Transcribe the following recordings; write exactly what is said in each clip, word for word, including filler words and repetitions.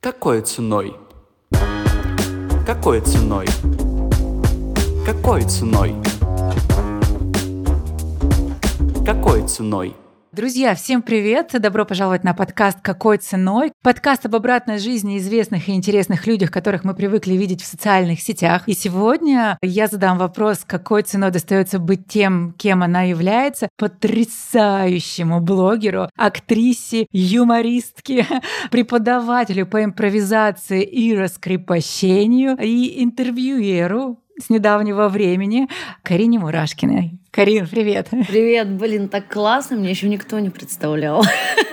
Какой ценой? Какой ценой? Какой ценой? Какой ценой? Друзья, всем привет! Добро пожаловать на подкаст «Какой ценой?». Подкаст об обратной жизни известных и интересных людях, которых мы привыкли видеть в социальных сетях. И сегодня я задам вопрос, какой ценой достается быть тем, кем она является, потрясающему блогеру, актрисе, юмористке, преподавателю по импровизации и раскрепощению и интервьюеру с недавнего времени Карине Мурашкиной. Карин, привет. Привет, блин, так классно, мне еще никто не представлял.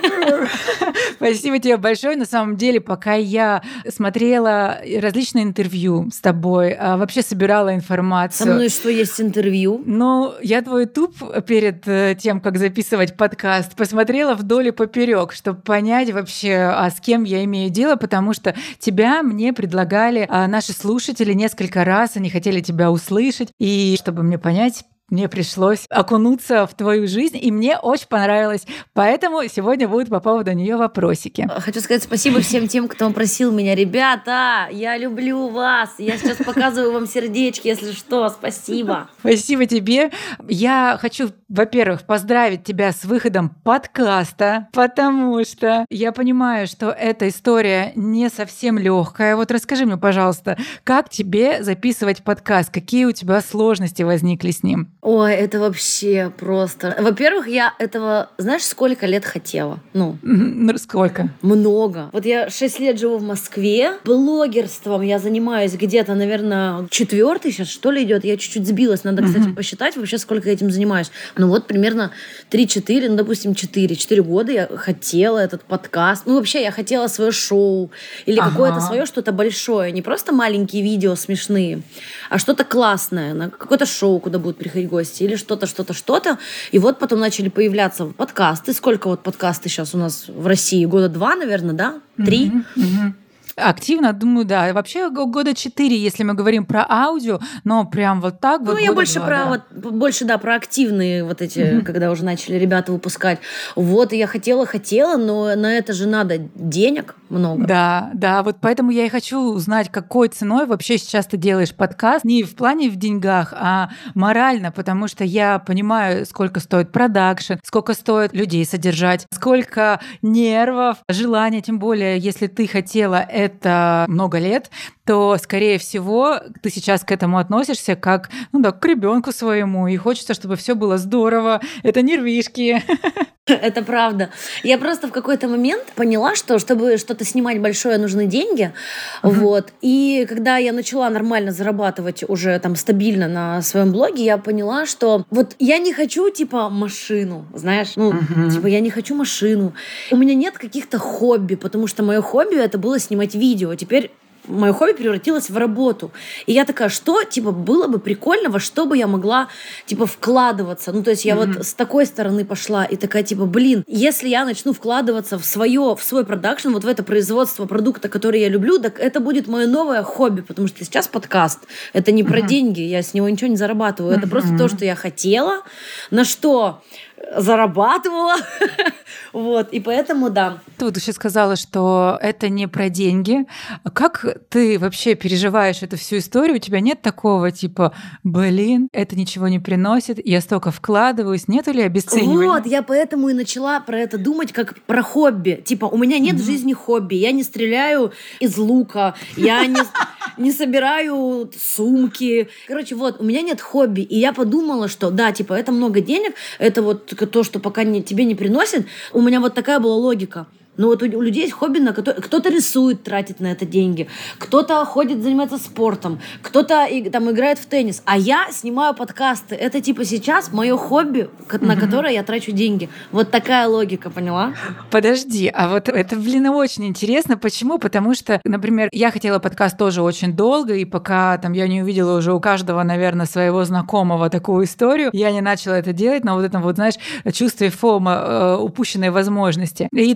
Спасибо тебе большое. На самом деле, пока я смотрела различные интервью с тобой, вообще собирала информацию. Со мной что, есть интервью? Ну, я твой ютуб перед тем, как записывать подкаст, посмотрела вдоль и поперек, чтобы понять вообще, а с кем я имею дело, потому что тебя мне предлагали наши слушатели несколько раз, они хотели тебя услышать, и чтобы мне понять, мне пришлось окунуться в твою жизнь, и мне очень понравилось. Поэтому сегодня будут по поводу нее вопросики. Хочу сказать спасибо всем тем, кто просил меня. Ребята, я люблю вас. Я сейчас показываю вам сердечки, если что. Спасибо. Спасибо тебе. Я хочу, во-первых, поздравить тебя с выходом подкаста, потому что я понимаю, что эта история не совсем легкая. Вот расскажи мне, пожалуйста, как тебе записывать подкаст? Какие у тебя сложности возникли с ним? Ой, это вообще просто... Во-первых, я этого, знаешь, сколько лет хотела? Ну, сколько? Много. Вот я шесть лет живу в Москве. Блогерством я занимаюсь где-то, наверное, четвертый сейчас, что ли, идет. Я чуть-чуть сбилась. Надо, кстати, uh-huh. посчитать вообще, сколько я этим занимаюсь. Ну вот примерно три-четыре, ну, допустим, четыре. четыре года я хотела этот подкаст. Ну, вообще, я хотела свое шоу. Или uh-huh. какое-то свое что-то большое. Не просто маленькие видео смешные, а что-то классное. На какое-то шоу, куда будут приходить гости, или что-то, что-то, что-то. И вот потом начали появляться подкасты. Сколько вот подкасты сейчас у нас в России? Года два, наверное, да? Три? Mm-hmm. Mm-hmm. Активно, думаю, да. Вообще года четыре, если мы говорим про аудио, но прям вот так вот. Ну, я больше два, про да. вот больше, да, про активные вот эти, mm-hmm. когда уже начали ребята выпускать. Вот, и я хотела, хотела, но на это же надо денег много. Да, да, вот поэтому я и хочу узнать, какой ценой вообще сейчас ты делаешь подкаст. Не в плане в деньгах, а морально, потому что я понимаю, сколько стоит продакшн, сколько стоит людей содержать, сколько нервов, желания, тем более, если ты хотела это много лет, то, скорее всего, ты сейчас к этому относишься как, ну да, к ребенку своему, и хочется, чтобы все было здорово. Это нервишки. Это правда. Я просто в какой-то момент поняла, что чтобы что-то снимать большое, нужны деньги. Uh-huh. Вот. И когда я начала нормально зарабатывать уже там стабильно на своем блоге, я поняла, что вот я не хочу типа машину, знаешь, ну uh-huh. типа я не хочу машину. У меня нет каких-то хобби, потому что мое хобби это было снимать видео. Теперь мое хобби превратилось в работу. И я такая, что, типа, было бы прикольно, во что бы я могла, типа, вкладываться. Ну, то есть я mm-hmm. вот с такой стороны пошла и такая, типа, блин, если я начну вкладываться в свое, в свой продакшн, вот в это производство продукта, который я люблю, так это будет мое новое хобби, потому что сейчас подкаст, это не mm-hmm. про деньги, я с него ничего не зарабатываю, mm-hmm. это просто то, что я хотела, на что зарабатывала. Вот, и поэтому, да. Ты вот еще сказала, что это не про деньги. Как ты вообще переживаешь эту всю историю? У тебя нет такого, типа, блин, это ничего не приносит, я столько вкладываюсь, нету ли обесценивания? Вот, я поэтому и начала про это думать как про хобби. Типа, у меня нет mm-hmm. в жизни хобби, я не стреляю из лука, я не, не собираю сумки. Короче, вот, у меня нет хобби, и я подумала, что да, типа, это много денег, это вот то, что пока не, тебе не приносит. У меня вот такая была логика. Но вот у людей есть хобби, на которое кто-то рисует, тратит на это деньги, кто-то ходит заниматься спортом, кто-то и, там играет в теннис, а я снимаю подкасты. Это типа сейчас мое хобби, на которое я трачу деньги. Вот такая логика, поняла? Подожди, а вот это, блин, очень интересно. Почему? Потому что, например, я хотела подкаст тоже очень долго, и пока там я не увидела уже у каждого, наверное, своего знакомого такую историю, я не начала это делать, но вот этом вот, знаешь, чувстве фома, упущенной возможности. И тоже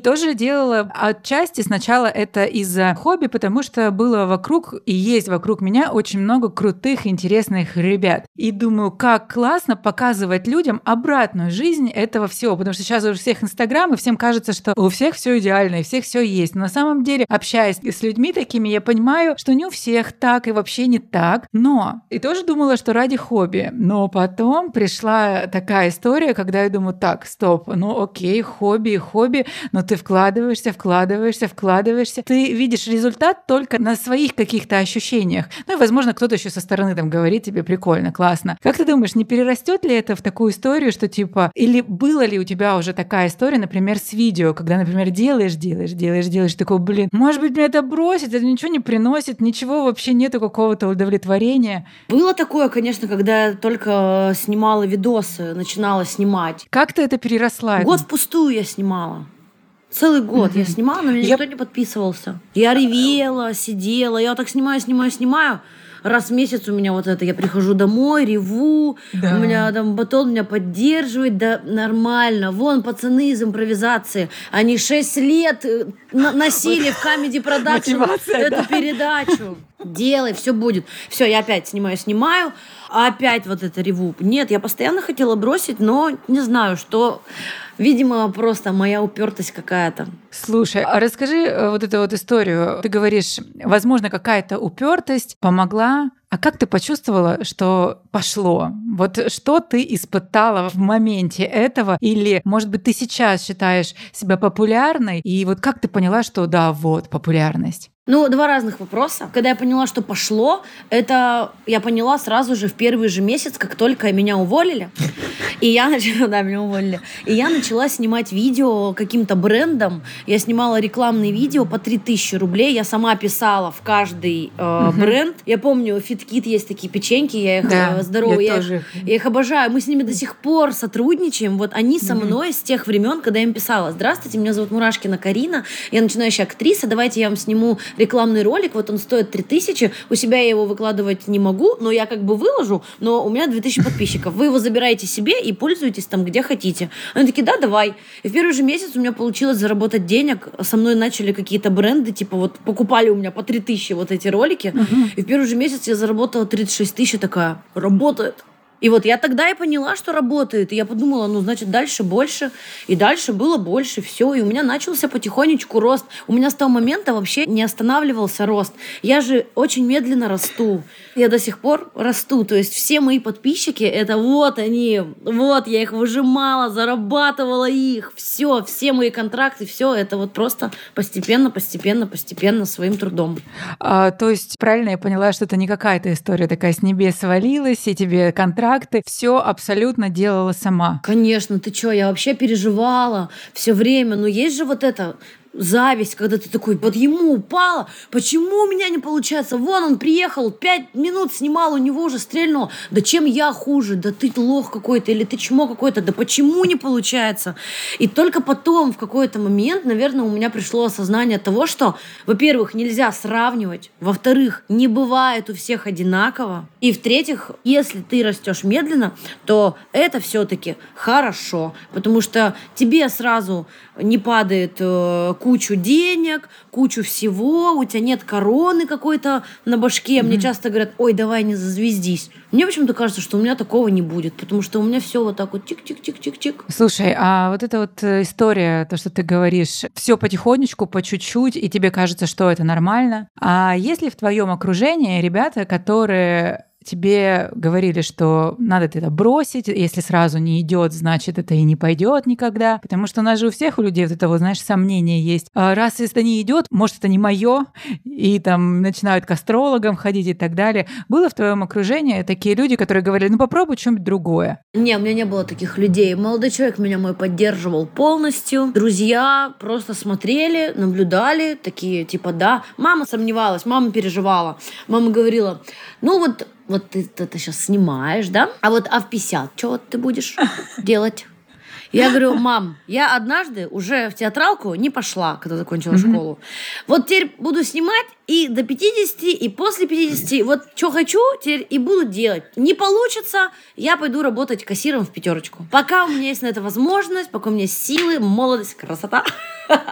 делала отчасти сначала это из-за хобби, потому что было вокруг и есть вокруг меня очень много крутых, интересных ребят. И думаю, как классно показывать людям обратную жизнь этого всего, потому что сейчас у всех Инстаграм, и всем кажется, что у всех все идеально, и у всех все есть. Но на самом деле, общаясь с людьми такими, я понимаю, что не у всех так и вообще не так. Но и тоже думала, что ради хобби. Но потом пришла такая история, когда я думаю, так, стоп, ну окей, хобби, хобби, но ты вкладываешься, вкладываешься, вкладываешься. Ты видишь результат только на своих каких-то ощущениях. Ну и, возможно, кто-то еще со стороны там говорит тебе, прикольно, классно. Как ты думаешь, не перерастет ли это в такую историю, что типа, или было ли у тебя уже такая история, например, с видео, когда, например, делаешь, делаешь, делаешь, делаешь, такой, блин, может быть, мне это бросить, это ничего не приносит, ничего вообще нету какого-то удовлетворения. Было такое, конечно, когда я только снимала видосы, начинала снимать. Как ты это переросла? Год впустую я снимала. Целый год mm-hmm. я снимала, на меня я... никто не подписывался. Я ревела, сидела, я вот так снимаю, снимаю, снимаю. Раз в месяц у меня вот это, я прихожу домой, реву, да. У меня там батон меня поддерживает, да нормально. Вон пацаны из импровизации, они шесть лет носили в Comedy Production эту передачу. Делай, все будет. Все, я опять снимаю, снимаю, а опять вот это реву. Нет, я постоянно хотела бросить, но не знаю, что... Видимо, просто моя упертость какая-то. Слушай, а расскажи вот эту вот историю. Ты говоришь, возможно, какая-то упертость помогла. А как ты почувствовала, что пошло? Вот что ты испытала в моменте этого? Или, может быть, ты сейчас считаешь себя популярной? И вот как ты поняла, что да, вот, популярность? Ну, два разных вопроса. Когда я поняла, что пошло, это я поняла сразу же в первый же месяц, как только меня уволили. И я начала, да, меня уволили. И я начала снимать видео каким-то брендом. Я снимала рекламные видео по три тысячи рублей. Я сама писала в каждый э, uh-huh. бренд. Я помню, FitKit есть такие печеньки, я их да, э, здоровые, я, я, их, я их обожаю. Мы с ними до сих пор сотрудничаем. Вот они со uh-huh. мной с тех времен, когда я им писала: здравствуйте, меня зовут Мурашкина Карина, я начинающая актриса, давайте я вам сниму рекламный ролик, вот он стоит три тысячи, у себя я его выкладывать не могу, но я как бы выложу, но у меня две тысячи подписчиков. Вы его забираете себе и пользуетесь там где хотите. Они такие, да, давай. И в первый же месяц у меня получилось заработать денег, со мной начали какие-то бренды, типа вот покупали у меня по три тысячи вот эти ролики, uh-huh. и в первый же месяц я заработала тридцать шесть тысяч, такая, работает. И вот я тогда и поняла, что работает. И я подумала, ну, значит, дальше больше. И дальше было больше, все. И у меня начался потихонечку рост. У меня с того момента вообще не останавливался рост. Я же очень медленно расту. Я до сих пор расту. То есть все мои подписчики, это вот они. Вот я их выжимала, зарабатывала их. Все, все мои контракты, все это вот просто постепенно, постепенно, постепенно своим трудом. А, то есть правильно я поняла, что это не какая-то история такая с небес свалилась, и тебе контракт ты все абсолютно делала сама. Конечно, ты что, я вообще переживала все время. Но есть же вот это зависть, когда ты такой, вот ему упало, почему у меня не получается? Вон он приехал, пять минут снимал, у него уже стрельнуло. Да чем я хуже? Да ты лох какой-то или ты чмо какой-то? Да почему не получается? И только потом, в какой-то момент, наверное, у меня пришло осознание того, что, во-первых, нельзя сравнивать, во-вторых, не бывает у всех одинаково, и в-третьих, если ты растешь медленно, то это все-таки хорошо, потому что тебе сразу не падает э, кучу денег, кучу всего, у тебя нет короны какой-то на башке. Mm-hmm. Мне часто говорят, ой, давай не зазвездись. Мне почему-то кажется, что у меня такого не будет, потому что у меня все вот так вот чик-чик-чик-чик-чик. Слушай, а вот эта вот история, то, что ты говоришь, все потихонечку, по чуть-чуть, и тебе кажется, что это нормально. А есть ли в твоем окружении ребята, которые тебе говорили, что надо это бросить, если сразу не идет, значит, это и не пойдет никогда, потому что у нас же у всех, у людей вот это вот, знаешь, сомнение есть. А раз это не идет, может, это не мое, и там начинают к астрологам ходить и так далее. Было в твоем окружении такие люди, которые говорили, ну попробуй что-нибудь другое? Не, у меня не было таких людей. Молодой человек меня мой поддерживал полностью. Друзья просто смотрели, наблюдали, такие типа, да. Мама сомневалась, мама переживала. Мама говорила, ну вот Вот ты это сейчас снимаешь, да? А вот а в пятьдесят что вот ты будешь делать? Я говорю, мам, я однажды уже в театралку не пошла, когда закончила mm-hmm. школу. Вот теперь буду снимать и до пятидесяти, и после пятидесяти. Вот что хочу, теперь и буду делать. Не получится, я пойду работать кассиром в пятерочку. Пока у меня есть на это возможность, пока у меня есть силы, молодость, красота.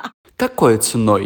Какой ценой?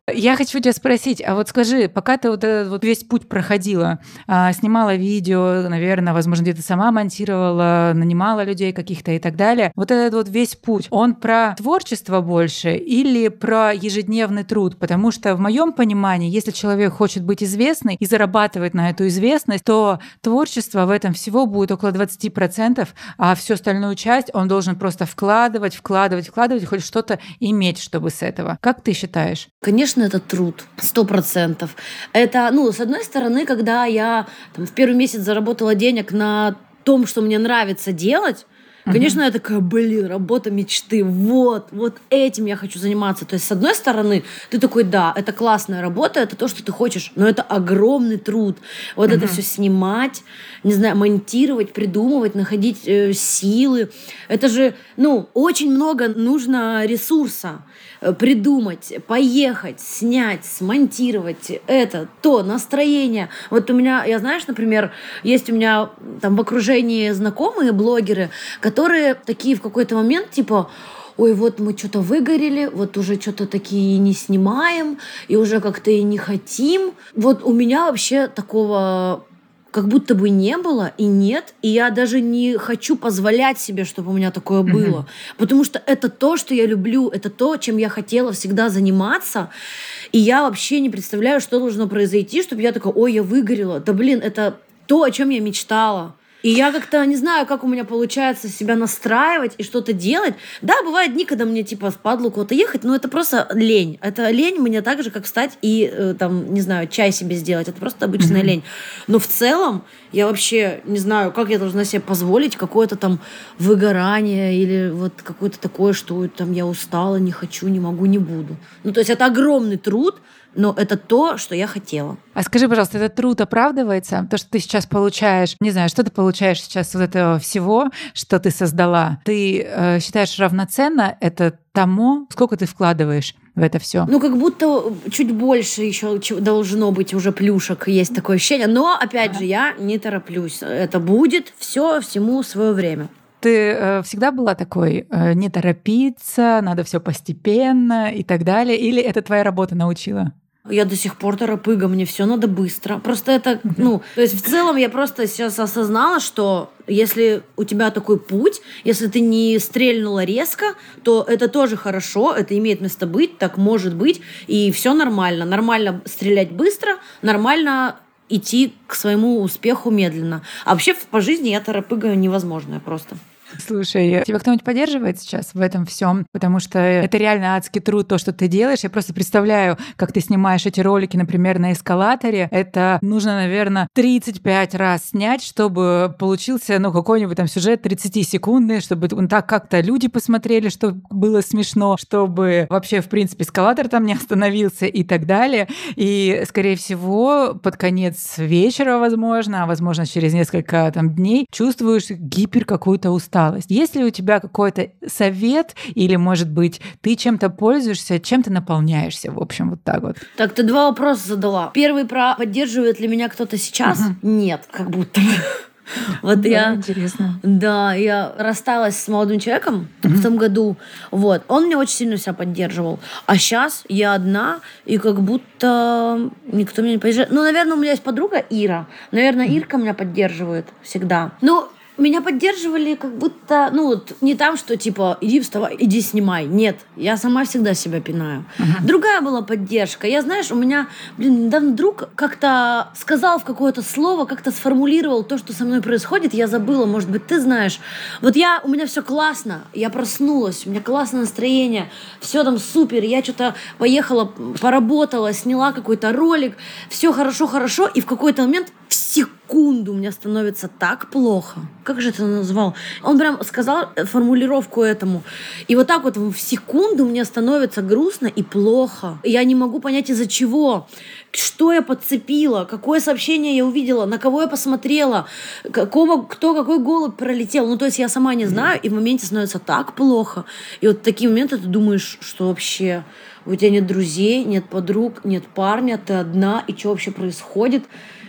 Я хочу тебя спросить, а вот скажи, пока ты вот этот вот весь путь проходила, а, снимала видео, наверное, возможно, где-то сама монтировала, нанимала людей каких-то и так далее, вот этот вот весь путь, он про творчество больше или про ежедневный труд? Потому что в моем понимании, если человек хочет быть известным и зарабатывать на эту известность, то творчество в этом всего будет около двадцать процентов, а всю остальную часть он должен просто вкладывать, вкладывать, вкладывать, хоть что-то иметь, чтобы с этого. Как ты считаешь? Конечно, это труд, сто процентов. Это, ну, с одной стороны, когда я там, в первый месяц заработала денег на том, что мне нравится делать, конечно, я такая, блин, работа мечты, вот, вот этим я хочу заниматься. То есть, с одной стороны, ты такой, да, это классная работа, это то, что ты хочешь, но это огромный труд. Вот uh-huh. это все снимать, не знаю, монтировать, придумывать, находить э, силы. Это же, ну, очень много нужно ресурса. Придумать, поехать, снять, смонтировать это, то, настроение. Вот у меня, я знаешь, например, есть у меня там в окружении знакомые блогеры, которые такие в какой-то момент типа: ой, вот мы что-то выгорели, вот уже что-то такие не снимаем, и уже как-то и не хотим. Вот у меня вообще такого как будто бы не было и нет, и я даже не хочу позволять себе, чтобы у меня такое было, mm-hmm. потому что это то, что я люблю, это то, чем я хотела всегда заниматься, и я вообще не представляю, что должно произойти, чтобы я такая: ой, я выгорела, да блин, это то, о чем я мечтала. И я как-то не знаю, как у меня получается себя настраивать и что-то делать. Да, бывают дни, когда мне типа впадло куда-то ехать, но это просто лень. Это лень мне так же, как встать и э, там, не знаю, чай себе сделать. Это просто обычная mm-hmm. лень. Но в целом я вообще не знаю, как я должна себе позволить какое-то там выгорание или вот какое-то такое, что там я устала, не хочу, не могу, не буду. Ну, то есть это огромный труд, но это то, что я хотела. А скажи, пожалуйста, этот труд оправдывается? То, что ты сейчас получаешь, не знаю, что ты получаешь сейчас вот этого всего, что ты создала, ты э, считаешь равноценно это тому, сколько ты вкладываешь в это все? Ну, как будто чуть больше еще должно быть уже плюшек, есть такое ощущение. Но, опять же, я не тороплюсь. Это будет все всему свое время. Ты э, всегда была такой, э, не торопиться, надо все постепенно и так далее? Или это твоя работа научила? Я до сих пор торопыга, мне все надо быстро. Просто это, ну, то есть в целом я просто сейчас осознала, что если у тебя такой путь, если ты не стрельнула резко, то это тоже хорошо, это имеет место быть, так может быть, и все нормально. Нормально стрелять быстро, нормально идти к своему успеху медленно. А вообще по жизни я торопыга невозможная просто. Слушай, тебя кто-нибудь поддерживает сейчас в этом всем? Потому что это реально адский труд, то, что ты делаешь. Я просто представляю, как ты снимаешь эти ролики, например, на эскалаторе. Это нужно, наверное, тридцать пять раз снять, чтобы получился, ну, какой-нибудь там сюжет тридцатисекундный, чтобы он так как-то люди посмотрели, чтобы было смешно, чтобы вообще, в принципе, эскалатор там не остановился и так далее. И, скорее всего, под конец вечера, возможно, а возможно, через несколько там дней чувствуешь гипер какую-то усталость. Есть ли у тебя какой-то совет или, может быть, ты чем-то пользуешься, чем ты наполняешься, в общем, вот так вот? Так, ты два вопроса задала. Первый про поддерживает ли меня кто-то сейчас? Угу. Нет, как будто бы. Вот да, я, интересно. Да, я рассталась с молодым человеком mm-hmm. в том году. Вот, он меня очень сильно себя поддерживал. А сейчас я одна, и как будто никто меня не поддерживает. Ну, наверное, у меня есть подруга Ира. Наверное, Ирка меня поддерживает всегда. Ну, меня поддерживали как будто, ну вот, не там, что типа, иди вставай, иди снимай. Нет, я сама всегда себя пинаю. Uh-huh. Другая была поддержка. Я, знаешь, у меня, блин, недавно друг как-то сказал в какое-то слово, как-то сформулировал то, что со мной происходит. Я забыла, может быть, ты знаешь. Вот я, у меня все классно, я проснулась, у меня классное настроение, все там супер, я что-то поехала, поработала, сняла какой-то ролик, все хорошо-хорошо, и в какой-то момент в секунду мне становится так плохо. Как же это он назвал? Он прям сказал формулировку этому. И вот так вот в секунду мне становится грустно и плохо. Я не могу понять, из-за чего. Что я подцепила, какое сообщение я увидела, на кого я посмотрела, какого, кто, какой голубь пролетел. Ну, то есть я сама не знаю, и в моменте становится так плохо. И вот в такие моменты ты думаешь, что вообще у тебя нет друзей, нет подруг, нет парня, ты одна, и что вообще происходит?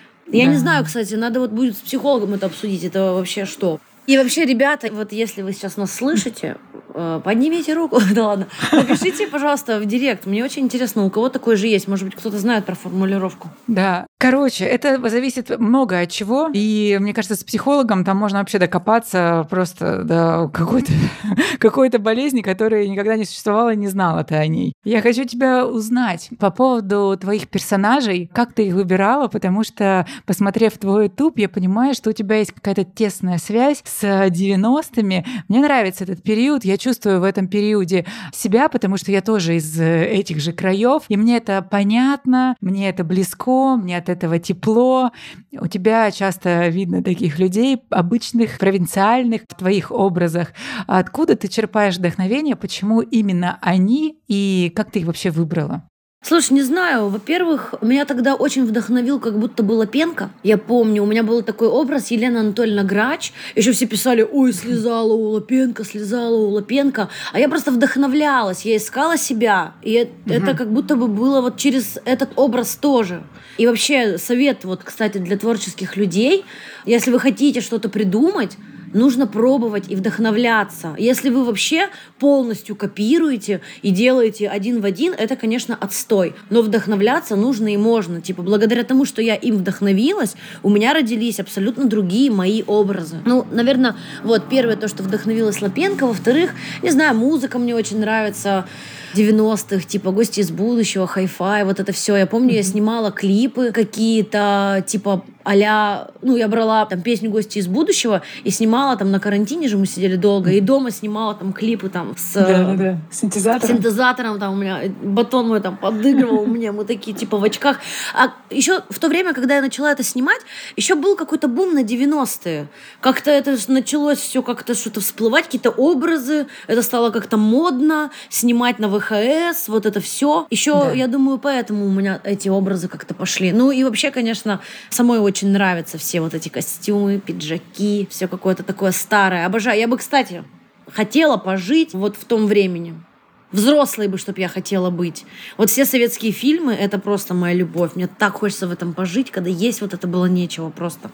Я да. не знаю, кстати, надо вот будет с психологом это обсудить. Это вообще что? И вообще, ребята, вот если вы сейчас нас слышите, э, поднимите руку. Да ладно. Напишите, пожалуйста, в директ. Мне очень интересно, у кого такое же есть. Может быть, кто-то знает про формулировку. Да. Короче, это зависит много от чего. И мне кажется, с психологом там можно вообще докопаться просто до какой-то, какой-то болезни, которая никогда не существовала и не знала ты о ней. Я хочу тебя узнать по поводу твоих персонажей, как ты их выбирала, потому что, посмотрев твой YouTube, я понимаю, что у тебя есть какая-то тесная связь с девяностыми. Мне нравится этот период, я чувствую в этом периоде себя, потому что я тоже из этих же краев, и мне это понятно, мне это близко, мне от этого тепло. У тебя часто видно таких людей, обычных, провинциальных, в твоих образах. А откуда ты черпаешь вдохновение, почему именно они, и как ты их вообще выбрала? Слушай, не знаю. Во-первых, меня тогда очень вдохновил, как будто бы Лапенко. Я помню, у меня был такой образ Елена Анатольевна Грач. Еще все писали: ой, слезала у Лапенко, слезала у Лапенко. А я просто вдохновлялась, я искала себя. И угу. это как будто бы было вот через этот образ тоже. И вообще совет, вот, кстати, для творческих людей, если вы хотите что-то придумать, нужно пробовать и вдохновляться. Если вы вообще полностью копируете и делаете один в один, это, конечно, отстой. Но вдохновляться нужно и можно. Типа, благодаря тому, что я им вдохновилась, у меня родились абсолютно другие мои образы. Ну, наверное, вот первое то, что вдохновилась Лапенко. Во-вторых, не знаю, музыка мне очень нравится девяностых, типа «Гости из будущего», «Хай-фай», вот это все. Я помню, mm-hmm. я снимала клипы какие-то, типа а-ля, ну, я брала там песню «Гости из будущего» и снимала там на карантине же, мы сидели долго, и дома снимала там клипы там с да-да-да. Синтезатором. Синтезатором, там у меня батон мой там подыгрывал, у меня мы такие типа в очках. А еще в то время, когда я начала это снимать, еще был какой-то бум на девяностые. Как-то это началось все как-то что-то всплывать, какие-то образы, это стало как-то модно, снимать на вэ ха эс, вот это все. Еще, да. я думаю, поэтому у меня эти образы как-то пошли. Ну и вообще, конечно, самой очень нравятся все вот эти костюмы, пиджаки, все какое-то такое старое. Обожаю. Я бы, кстати, хотела пожить вот в том времени. Взрослой бы, чтобы я хотела быть. Вот все советские фильмы — это просто моя любовь. Мне так хочется в этом пожить, когда есть вот это было нечего просто.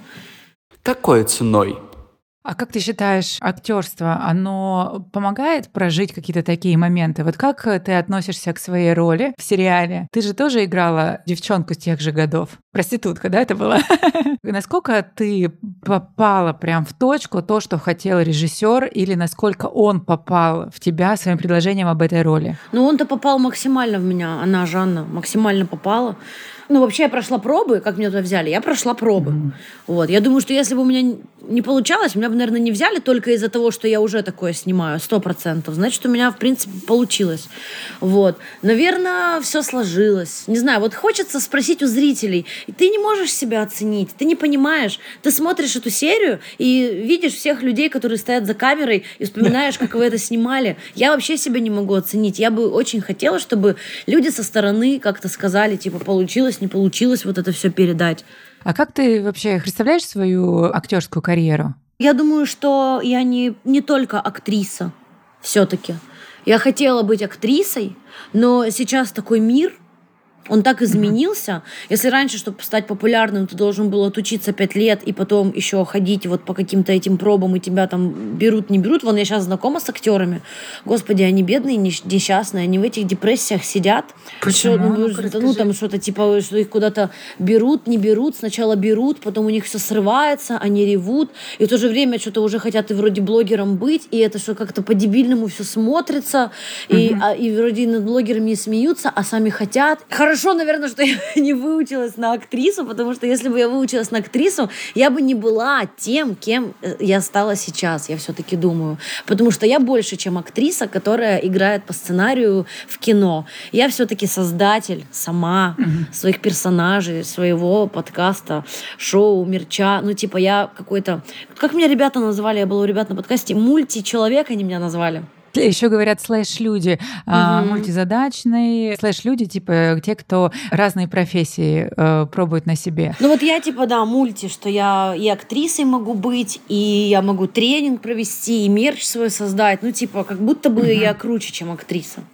Какой ценой? А как ты считаешь, актерство, оно помогает прожить какие-то такие моменты? Вот как ты относишься к своей роли в сериале? Ты же тоже играла девчонку с тех же годов. Проститутка, да, это была? Насколько ты попала прям в точку, то, что хотел режиссер, или насколько он попал в тебя своим предложением об этой роли? Ну, он-то попал максимально в меня, она, Жанна, максимально попала. Ну, вообще, я прошла пробы, как меня туда взяли, я прошла пробы. Mm-hmm. Вот. Я думаю, что если бы у меня не получалось, меня бы, наверное, не взяли только из-за того, что я уже такое снимаю, сто процентов. Значит, у меня, в принципе, получилось. Вот. Наверное, все сложилось. Не знаю, вот хочется спросить у зрителей, и ты не можешь себя оценить, ты не понимаешь. Ты смотришь эту серию и видишь всех людей, которые стоят за камерой, и вспоминаешь, как вы это снимали. Я вообще себя не могу оценить. Я бы очень хотела, чтобы люди со стороны как-то сказали, типа, получилось, не получилось вот это все передать. А как ты вообще представляешь свою актерскую карьеру? Я думаю, что я не, не только актриса все-таки. Я хотела быть актрисой, но сейчас такой мир, он так изменился. Mm-hmm. Если раньше, чтобы стать популярным, ты должен был отучиться пять лет и потом еще ходить вот по каким-то этим пробам, и тебя там берут, не берут. Вон я сейчас знакома с актерами. Господи, они бедные, несчастные, они в этих депрессиях сидят. Почему? Что, ну, ну, там что-то типа, что их куда-то берут, не берут. Сначала берут, потом у них все срывается, они ревут. И в то же время что-то уже хотят и вроде блогером быть, и это что как-то по-дебильному все смотрится. Mm-hmm. И, а, и вроде над блогерами не смеются, а сами хотят. Хорошо, наверное, что я не выучилась на актрису, потому что если бы я выучилась на актрису, я бы не была тем, кем я стала сейчас, я все-таки думаю. Потому что я больше, чем актриса, которая играет по сценарию в кино. Я все-таки создатель сама mm-hmm. своих персонажей, своего подкаста, шоу, мерча. Ну, типа, я какой-то... Как меня ребята называли? Я была у ребят на подкасте. Мультичеловек они меня назвали. Еще говорят слэш-люди, mm-hmm. а, мультизадачные, слэш-люди, типа те, кто разные профессии э, пробуют на себе. Ну вот я типа, да, мульти, что я и актрисой могу быть, и я могу тренинг провести, и мерч свой создать. Ну типа, как будто бы mm-hmm. я круче, чем актриса.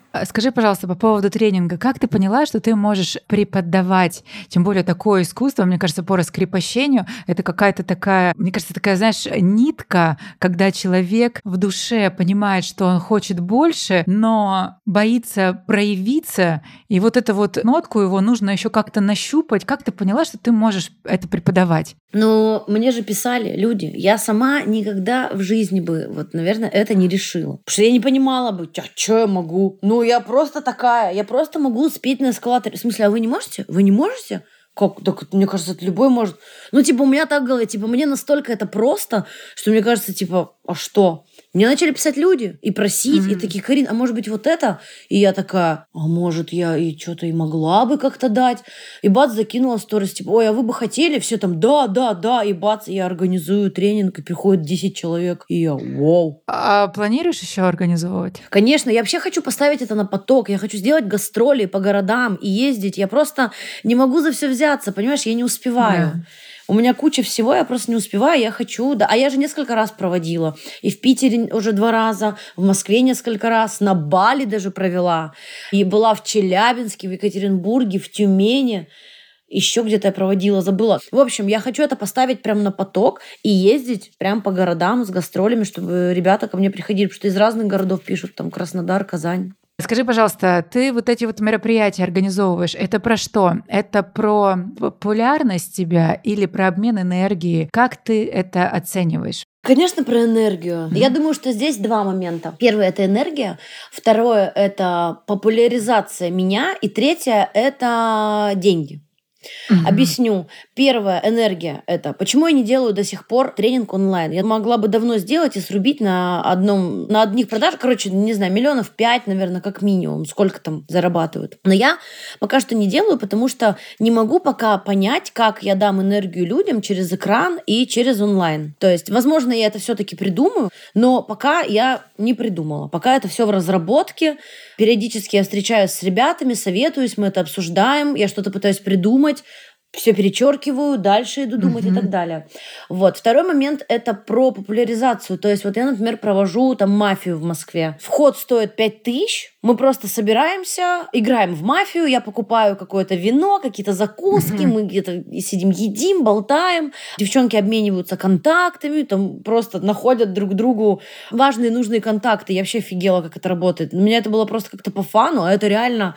Скажи, пожалуйста, по поводу тренинга, как ты поняла, что ты можешь преподавать, тем более такое искусство, мне кажется, по раскрепощению, это какая-то такая, мне кажется, такая, знаешь, нитка, когда человек в душе понимает, что он хочет больше, но боится проявиться, и вот эту вот нотку его нужно еще как-то нащупать. Как ты поняла, что ты можешь это преподавать? Но мне же писали люди. Я сама никогда в жизни бы, вот, наверное, это не решила. Потому что я не понимала бы, а что я могу? Ну, я просто такая. Я просто могу спеть на эскалаторе. В смысле, а вы не можете? Вы не можете? Как? Так, мне кажется, это любой может. Ну, типа, у меня так в голове. Типа, мне настолько это просто, что мне кажется, типа, а что? Мне начали писать люди и просить, mm-hmm. и такие: Карин, а может быть вот это? И я такая: а может я и что-то и могла бы как-то дать? И бац, закинула сторис, типа: ой, а вы бы хотели? Все там: да, да, да. И бац, я организую тренинг, и приходит десять человек. И я: вау. А планируешь еще организовывать? Конечно, я вообще хочу поставить это на поток. Я хочу сделать гастроли по городам и ездить. Я просто не могу за все взяться, понимаешь? Я не успеваю. Да. У меня куча всего, я просто не успеваю, я хочу. Да. А я же несколько раз проводила. И в Питере уже два раза, в Москве несколько раз, на Бали даже провела. И была в Челябинске, в Екатеринбурге, в Тюмени. Еще где-то я проводила, забыла. В общем, я хочу это поставить прям на поток и ездить прям по городам с гастролями, чтобы ребята ко мне приходили, потому что из разных городов пишут, там Краснодар, Казань. Скажи, пожалуйста, ты вот эти вот мероприятия организовываешь, это про что? Это про популярность тебя или про обмен энергией? Как ты это оцениваешь? Конечно, про энергию. Mm-hmm. Я думаю, что здесь два момента. Первое – это энергия. Второе – это популяризация меня. И третье – это деньги. Mm-hmm. Объясню. Первое, энергия. Это почему я не делаю до сих пор тренинг онлайн. Я могла бы давно сделать и срубить на одном, на одних продажах, короче, не знаю, миллионов пять, наверное, как минимум, сколько там зарабатывают. Но я пока что не делаю, потому что не могу пока понять, как я дам энергию людям через экран и через онлайн. То есть, возможно, я это все-таки придумаю, но пока я не придумала. Пока это все в разработке. Периодически я встречаюсь с ребятами, советуюсь, мы это обсуждаем, я что-то пытаюсь придумать, все перечеркиваю, дальше иду думать uh-huh. и так далее. Вот. Второй момент – это про популяризацию. То есть вот я, например, провожу там мафию в Москве. Вход стоит пять тысяч, мы просто собираемся, играем в мафию, я покупаю какое-то вино, какие-то закуски, uh-huh. мы где-то сидим, едим, болтаем, девчонки обмениваются контактами, там просто находят друг другу важные, нужные контакты. Я вообще офигела, как это работает. У меня это было просто как-то по фану, а это реально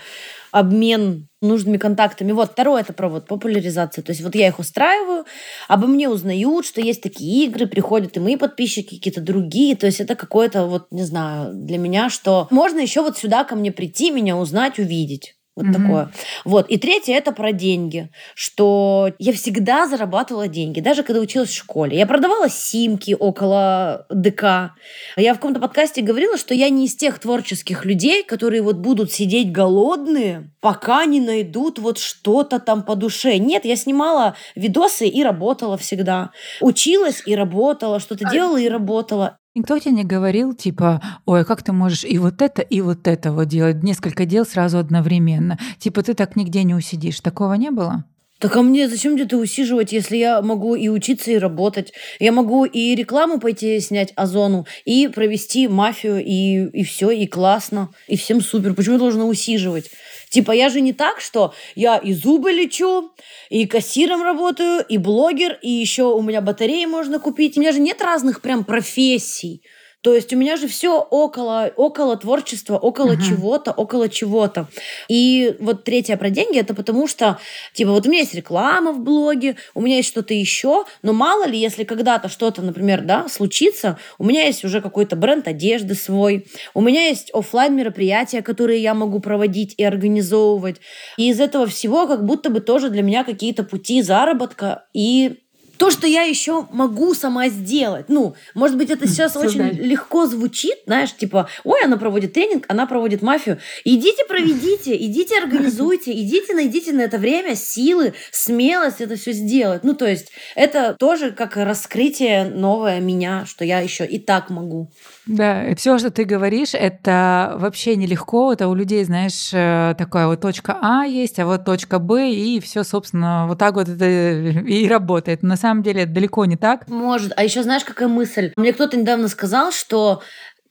обмен нужными контактами. Вот, второе – это про вот популяризацию. То есть вот я их устраиваю, обо мне узнают, что есть такие игры, приходят и мои подписчики, какие-то другие. То есть это какое-то, вот, не знаю, для меня, что можно еще вот сюда ко мне прийти, меня узнать, увидеть. Вот mm-hmm. такое. Вот. И третье – это про деньги. Что я всегда зарабатывала деньги. Даже когда училась в школе. Я продавала симки около ДК. Я в каком-то подкасте говорила, что я не из тех творческих людей, которые вот будут сидеть голодные, пока не найдут вот что-то там по душе. Нет, я снимала видосы и работала всегда. Училась и работала. Что-то делала и работала. Никто тебе не говорил, типа, ой, как ты можешь и вот это, и вот это вот делать, несколько дел сразу одновременно. Типа, ты так нигде не усидишь. Такого не было? Так а мне зачем где-то усиживать, если я могу и учиться, и работать? Я могу и рекламу пойти снять Озону, и провести мафию, и, и все, и классно, и всем супер. Почему я должна усиживать? Типа, я же не так, что я и зубы лечу, и кассиром работаю, и блогер, и еще у меня батареи можно купить. У меня же нет разных прям профессий. То есть у меня же все около, около творчества, около uh-huh. чего-то, около чего-то. И вот третье про деньги, это потому что, типа, вот у меня есть реклама в блоге, у меня есть что-то еще, но мало ли, если когда-то что-то, например, да, случится, у меня есть уже какой-то бренд одежды свой, у меня есть офлайн мероприятия, которые я могу проводить и организовывать. И из этого всего как будто бы тоже для меня какие-то пути заработка и то, что я еще могу сама сделать. Ну, может быть, это сейчас Создать. Очень легко звучит, знаешь, типа, ой, она проводит тренинг, она проводит мафию. Идите, проведите, идите, организуйте, идите, найдите на это время силы, смелость это все сделать. Ну, то есть, это тоже как раскрытие новое меня, что я еще и так могу. Да, и все, что ты говоришь, это вообще нелегко. Это у людей, знаешь, такая вот точка А есть, а вот точка Б, и все, собственно, вот так вот это и работает. На самом деле это далеко не так. Может. А еще знаешь, какая мысль? Мне кто-то недавно сказал, что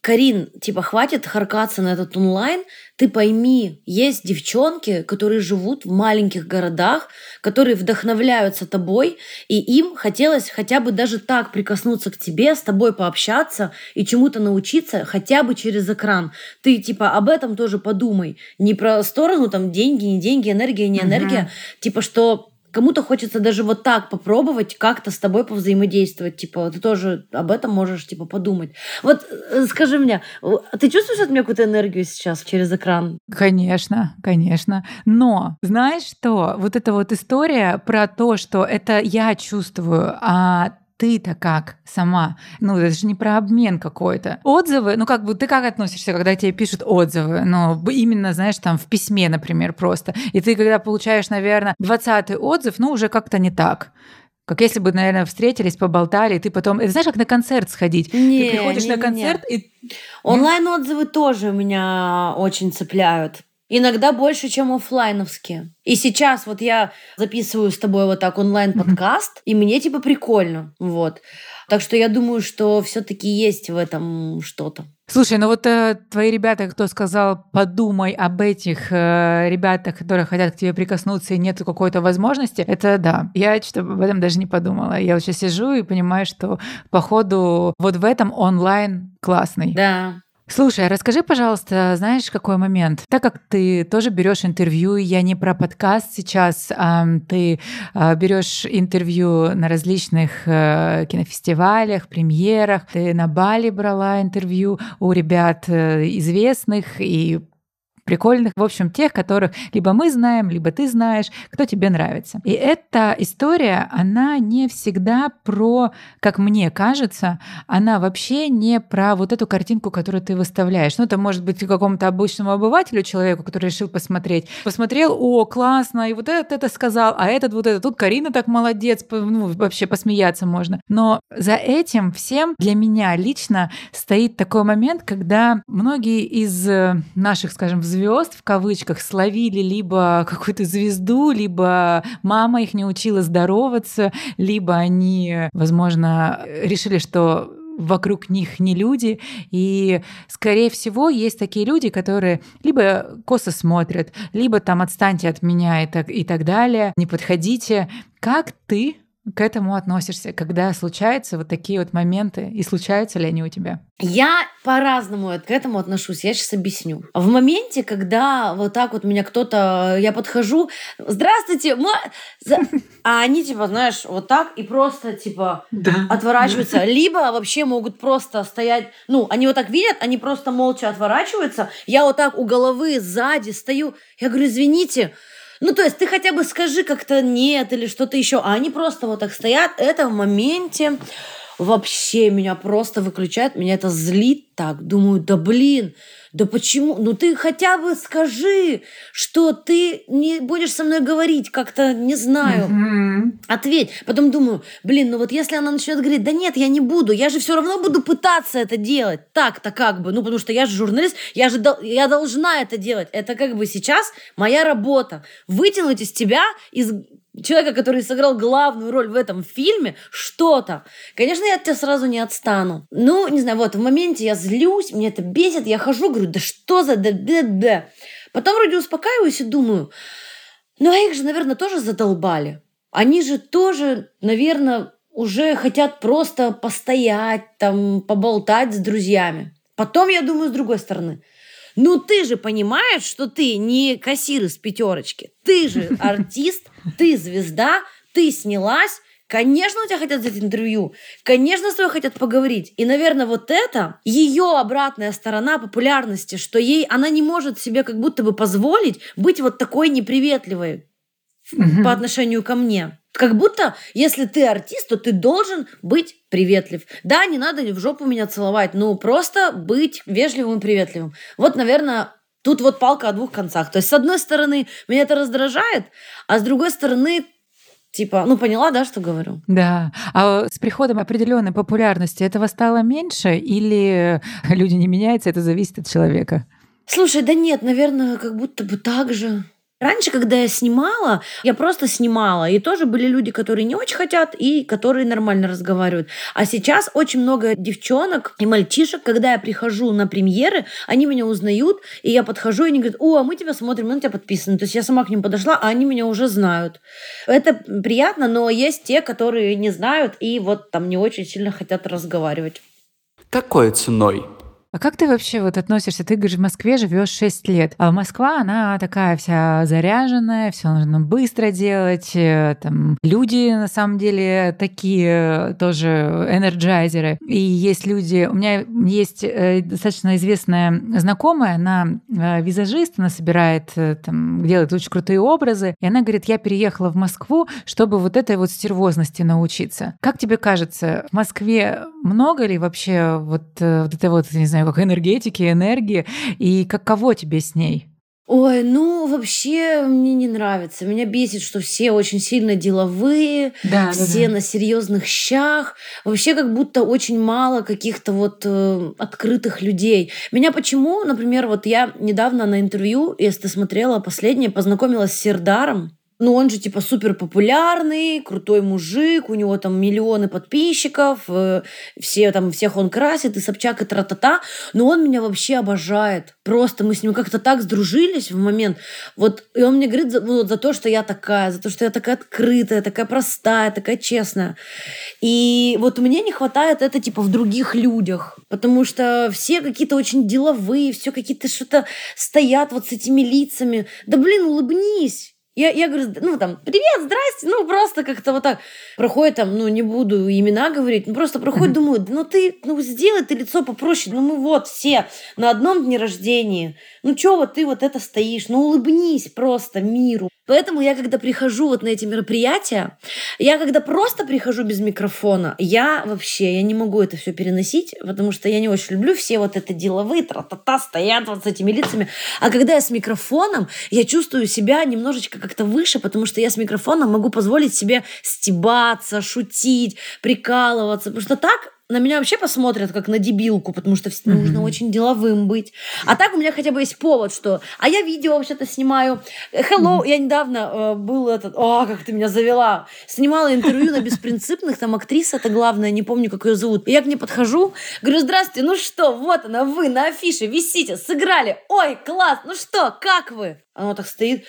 Карин, типа, хватит харкаться на этот онлайн. Ты пойми, есть девчонки, которые живут в маленьких городах, которые вдохновляются тобой, и им хотелось хотя бы даже так прикоснуться к тебе, с тобой пообщаться и чему-то научиться хотя бы через экран. Ты, типа, об этом тоже подумай. Не про сторону, там, деньги, не деньги, энергия, не энергия. Uh-huh. Типа, что... Кому-то хочется даже вот так попробовать как-то с тобой повзаимодействовать. Типа, ты тоже об этом можешь, типа, подумать. Вот скажи мне, ты чувствуешь от меня какую-то энергию сейчас через экран? Конечно, конечно. Но знаешь что? Вот эта вот история про то, что это я чувствую, а ты-то как сама? Ну, это же не про обмен какой-то. Отзывы, ну, как бы ты как относишься, когда тебе пишут отзывы? Ну, именно, знаешь, там в письме, например, просто. И ты, когда получаешь, наверное, двадцатый отзыв, ну, уже как-то не так. Как если бы, наверное, встретились, поболтали, и ты потом... Это знаешь, как на концерт сходить. Не, ты приходишь не, на не, концерт не. и... Онлайн-отзывы тоже меня очень цепляют. Иногда больше, чем офлайновские. И сейчас вот я записываю с тобой вот так онлайн-подкаст, mm-hmm. и мне типа прикольно. Вот. Так что я думаю, что все-таки есть в этом что-то. Слушай, ну вот э, твои ребята, кто сказал, подумай об этих э, ребятах, которые хотят к тебе прикоснуться, и нет какой-то возможности, это да. Я что-то об этом даже не подумала. Я вот сейчас сижу и понимаю, что походу вот в этом онлайн классный. Да. Слушай, а расскажи, пожалуйста, знаешь, какой момент? Так как ты тоже берешь интервью, я не про подкаст сейчас, а ты берешь интервью на различных кинофестивалях, премьерах, ты на Бали брала интервью у ребят известных и прикольных, в общем, тех, которых либо мы знаем, либо ты знаешь, кто тебе нравится. И эта история, она не всегда про, как мне кажется, она вообще не про вот эту картинку, которую ты выставляешь. Ну, это может быть какому-то обычному обывателю, человеку, который решил посмотреть. Посмотрел, о, классно, и вот этот это сказал, а этот вот это. Тут Карина так молодец, ну, вообще посмеяться можно. Но за этим всем для меня лично стоит такой момент, когда многие из наших, скажем, звезд в кавычках словили либо какую-то звезду, либо мама их не учила здороваться, либо они, возможно, решили, что вокруг них не люди. И, скорее всего, есть такие люди, которые либо косо смотрят, либо там отстаньте от меня и так, и так далее, не подходите. Как ты к этому относишься, когда случаются вот такие вот моменты, и случаются ли они у тебя? Я по-разному к этому отношусь, я сейчас объясню. В моменте, когда вот так вот меня кто-то, я подхожу, здравствуйте, ма... а они типа, знаешь, вот так и просто типа да, отворачиваются, да. Либо вообще могут просто стоять, ну, они вот так видят, они просто молча отворачиваются, я вот так у головы сзади стою, я говорю, извините, ну, то есть ты хотя бы скажи как-то нет или что-то еще. А они просто вот так стоят. Это в моменте вообще меня просто выключает. Меня это злит так. Думаю, да блин, да почему? Ну ты хотя бы скажи, что ты не будешь со мной говорить как-то, не знаю. Mm-hmm. Ответь. Потом думаю, блин, ну вот если она начнет говорить, да нет, я не буду, я же все равно буду пытаться это делать. Так-то как бы, ну потому что я же журналист, я же дол- я должна это делать. Это как бы сейчас моя работа. Вытянуть из тебя, из человека, который сыграл главную роль в этом фильме, что-то. Конечно, я от тебя сразу не отстану. Ну, не знаю, вот в моменте я злюсь, мне это бесит, я хожу, говорю, да что за да-да-да. Потом вроде успокаиваюсь и думаю, ну, а их же, наверное, тоже задолбали. Они же тоже, наверное, уже хотят просто постоять, там, поболтать с друзьями. Потом я думаю с другой стороны, ну, ты же понимаешь, что ты не кассир из пятерочки. Ты же артист, ты звезда, ты снялась. Конечно, у тебя хотят взять интервью. Конечно, с тобой хотят поговорить. И, наверное, вот это ее обратная сторона популярности, что ей она не может себе как будто бы позволить быть вот такой неприветливой mm-hmm. по отношению ко мне. Как будто, если ты артист, то ты должен быть приветлив. Да, не надо в жопу меня целовать, но просто быть вежливым и приветливым. Вот, наверное, тут вот палка о двух концах. То есть, с одной стороны, меня это раздражает, а с другой стороны, типа, ну, поняла, да, что говорю? Да. А с приходом определенной популярности этого стало меньше или люди не меняются, это зависит от человека? Слушай, да нет, наверное, как будто бы так же. Раньше, когда я снимала, я просто снимала. И тоже были люди, которые не очень хотят, и которые нормально разговаривают. А сейчас очень много девчонок и мальчишек, когда я прихожу на премьеры, они меня узнают, и я подхожу, и они говорят: о, а мы тебя смотрим, мы на тебя подписаны. То есть я сама к ним подошла, а они меня уже знают. Это приятно, но есть те, которые не знают, и вот там не очень сильно хотят разговаривать. Какой ценой? А как ты вообще вот относишься? Ты говоришь, в Москве живешь шесть лет, а Москва, она такая вся заряженная, все нужно быстро делать, э, там люди на самом деле такие тоже энерджайзеры. И есть люди, у меня есть э, достаточно известная знакомая, она э, визажист, она собирает, э, там, делает очень крутые образы, и она говорит, я переехала в Москву, чтобы вот этой вот стервозности научиться. Как тебе кажется, в Москве много ли вообще вот, э, вот этой вот, не знаю, как энергетики, энергии, и каково тебе с ней? Ой, ну вообще мне не нравится. Меня бесит, что все очень сильно деловые, Да, все да, да. на серьезных щах. Вообще как будто очень мало каких-то вот э, открытых людей. Меня почему, например, вот я недавно на интервью, если ты смотрела последнее, познакомилась с Сердаром. Ну, он же типа супер популярный, крутой мужик, у него там миллионы подписчиков, э, все там, всех он красит, и Собчак, и тра-та-та. Но он меня вообще обожает. Просто мы с ним как-то так сдружились в момент. Вот, и он мне говорит за, ну, за то, что я такая, за то, что я такая открытая, такая простая, такая честная. И вот мне не хватает это типа в других людях, потому что все какие-то очень деловые, все какие-то что-то стоят вот с этими лицами. Да блин, улыбнись. Я, я говорю, ну там, привет, здрасте, ну просто как-то вот так. Проходит там, ну не буду имена говорить, ну просто проходит, думаю, да ну ты, ну сделай ты лицо попроще, ну мы вот все на одном дне рождения, ну чё вот ты вот это стоишь, ну улыбнись просто миру. Поэтому я, когда прихожу вот на эти мероприятия, я когда просто прихожу без микрофона, я вообще, я не могу это все переносить, потому что я не очень люблю все вот это деловые, тра-та-та, стоят вот с этими лицами. А когда я с микрофоном, я чувствую себя немножечко как-то выше, потому что я с микрофоном могу позволить себе стебаться, шутить, прикалываться, потому что так на меня вообще посмотрят как на дебилку, потому что mm-hmm. нужно очень деловым быть. А так у меня хотя бы есть повод, что... А я видео вообще-то снимаю. Hello, mm-hmm. я недавно э, был этот... О, как ты меня завела. Снимала интервью на «Беспринципных». Там актриса, это главное, не помню, как ее зовут. И я к ней подхожу, говорю, здравствуйте, ну что, вот она, вы на афише висите, сыграли. Ой, класс, ну что, как вы? Она так стоит...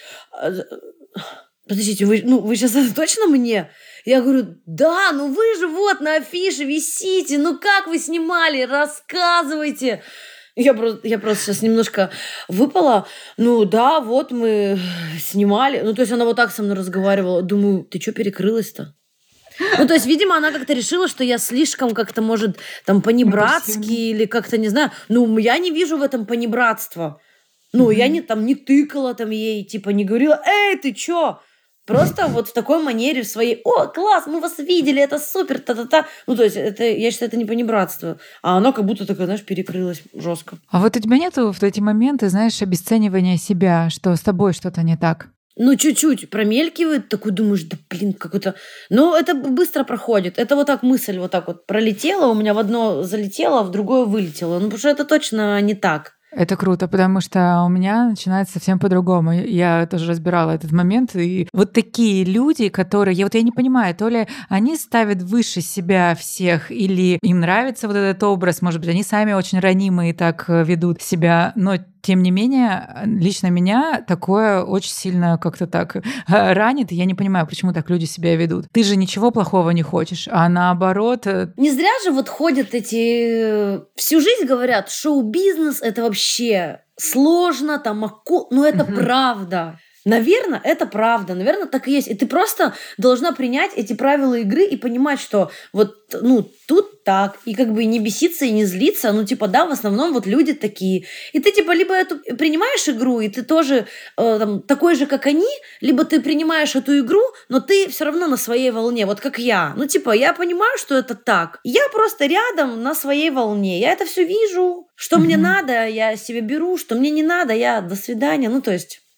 Подождите, вы, ну, вы сейчас это точно мне? Я говорю, да, ну вы же вот на афише висите, ну как вы снимали, рассказывайте. Я просто, я просто сейчас немножко выпала. Ну да, вот мы снимали. Ну то есть она вот так со мной разговаривала. Думаю, ты что перекрылась-то? Ну, то есть, видимо, она как-то решила, что я слишком как-то, может, там, понебратски или как-то, не знаю. Ну, я не вижу в этом понебратства. Ну, mm-hmm. я не, там, не тыкала там ей, типа, не говорила, эй, ты чё? Просто вот в такой манере, в своей, о, класс, мы вас видели, это супер, та-та-та. Ну, то есть, это, я считаю, это не понебратство. А оно как будто такое, знаешь, перекрылось жестко. А вот у тебя нету в эти моменты, знаешь, обесценивания себя, что с тобой что-то не так? Ну, чуть-чуть промелькивает, такой думаешь, да блин, какой-то... Но это быстро проходит. Это вот так мысль вот так вот пролетела, у меня в одно залетело, а в другое вылетело. Ну, потому что это точно не так. Это круто, потому что у меня начинается совсем по-другому. Я тоже разбирала этот момент. И вот такие люди, которые... Я вот я не понимаю, то ли они ставят выше себя всех, или им нравится вот этот образ, может быть, они сами очень ранимые и так ведут себя, но тем не менее, лично меня такое очень сильно как-то так ранит, и я не понимаю, почему так люди себя ведут. Ты же ничего плохого не хочешь, а наоборот... Не зря же вот ходят эти... Всю жизнь говорят, шоу-бизнес — это вообще сложно, там, аку... ну это угу. правда. Наверное, это правда, наверное, так и есть. И ты просто должна принять эти правила игры и понимать, что вот, ну, тут так, и как бы не беситься и не злиться, ну, типа, да, в основном вот люди такие. И ты, типа, либо эту принимаешь игру, и ты тоже э, там, такой же, как они, либо ты принимаешь эту игру, но ты все равно на своей волне, вот как я. Ну, типа, я понимаю, что это так. Я просто рядом на своей волне, я это все вижу. Что mm-hmm. мне надо, я себе беру, что мне не надо, я до свидания. Ну, то есть...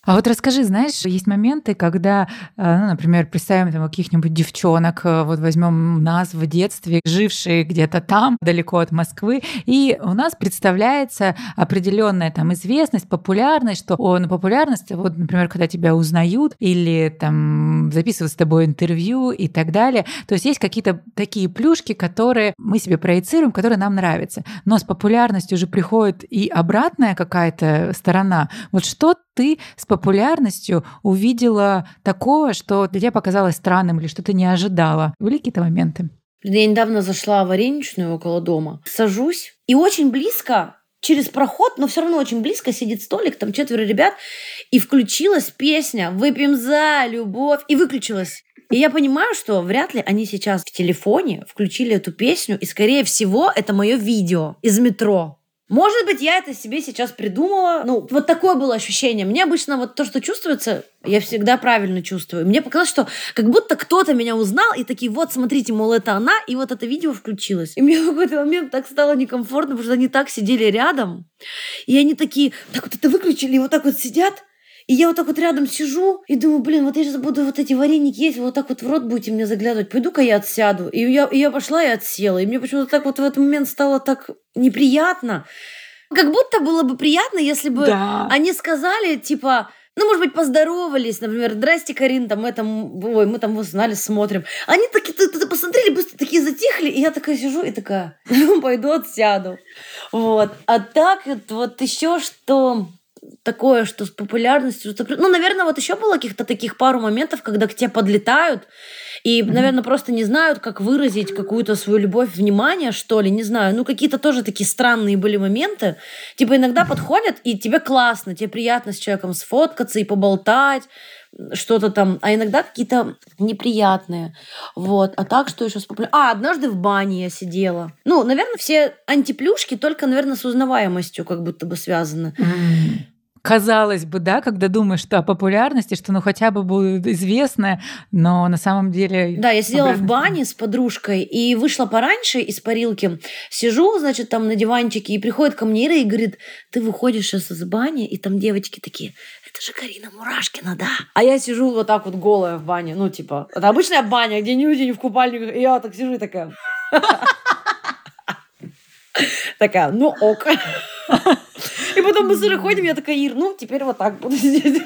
А вот расскажи, знаешь, есть моменты, когда, ну, например, представим там каких-нибудь девчонок, вот возьмем нас в детстве, жившие где-то там, далеко от Москвы, и у нас представляется определенная там известность, популярность, что о, ну, популярность, вот, например, когда тебя узнают или там записывают с тобой интервью и так далее. То есть есть какие-то такие плюшки, которые мы себе проецируем, которые нам нравятся. Но с популярностью уже приходит и обратная какая-то сторона. Вот что ты с популярностью увидела такого, что для тебя показалось странным или что ты не ожидала? Были какие-то моменты? Я недавно зашла в вареничную около дома, сажусь, и очень близко, через проход, но все равно очень близко сидит столик, там четверо ребят, и включилась песня «Выпьем за любовь», и выключилась. И я понимаю, что вряд ли они сейчас в телефоне включили эту песню, и, скорее всего, это мое видео из метро. Может быть, я это себе сейчас придумала. Ну, вот такое было ощущение. Мне обычно вот то, что чувствуется, я всегда правильно чувствую. Мне показалось, что как будто кто-то меня узнал, и такие, вот, смотрите, мол, это она, и вот это видео включилось. И мне в какой-то момент так стало некомфортно, потому что они так сидели рядом, и они такие, так вот это выключили, и вот так вот сидят. И я вот так вот рядом сижу и думаю, блин, вот я сейчас буду вот эти вареники есть, вы вот так вот в рот будете мне заглядывать. Пойду-ка я отсяду. И я, и я пошла и отсела. И мне почему-то так вот в этот момент стало так неприятно. Как будто было бы приятно, если бы Да. они сказали, типа, ну, может быть, поздоровались, например, здрасте, Карин, там, это, ой, мы там узнали, смотрим. Они такие, ты, ты посмотрели, быстро такие затихли, и я такая сижу и такая, ну, пойду отсяду. Вот. А так вот еще что... такое, что с популярностью... Ну, наверное, вот еще было каких-то таких пару моментов, когда к тебе подлетают и, mm-hmm. наверное, просто не знают, как выразить какую-то свою любовь, внимание, что ли, не знаю. Ну, какие-то тоже такие странные были моменты. Типа иногда mm-hmm. подходят, и тебе классно, тебе приятно с человеком сфоткаться и поболтать, что-то там, а иногда какие-то неприятные. Вот. А так, что еще с популярностью? А, однажды в бане я сидела. Ну, наверное, все антиплюшки только, наверное, с узнаваемостью как будто бы связаны. Mm-hmm. Казалось бы, да, когда думаешь, что о популярности, что ну хотя бы будет известно, но на самом деле... Да, я сидела в бане с подружкой и вышла пораньше из парилки. Сижу, значит, там на диванчике, и приходит ко мне Ира и говорит, ты выходишь сейчас из бани, и там девочки такие, это же Карина Мурашкина, да? А я сижу вот так вот голая в бане, ну типа, это обычная баня, где люди не в купальниках, и я так сижу и такая... Такая, ну ок. И потом мы с Ирой ходим, я такая, Ир, ну, теперь вот так буду сидеть.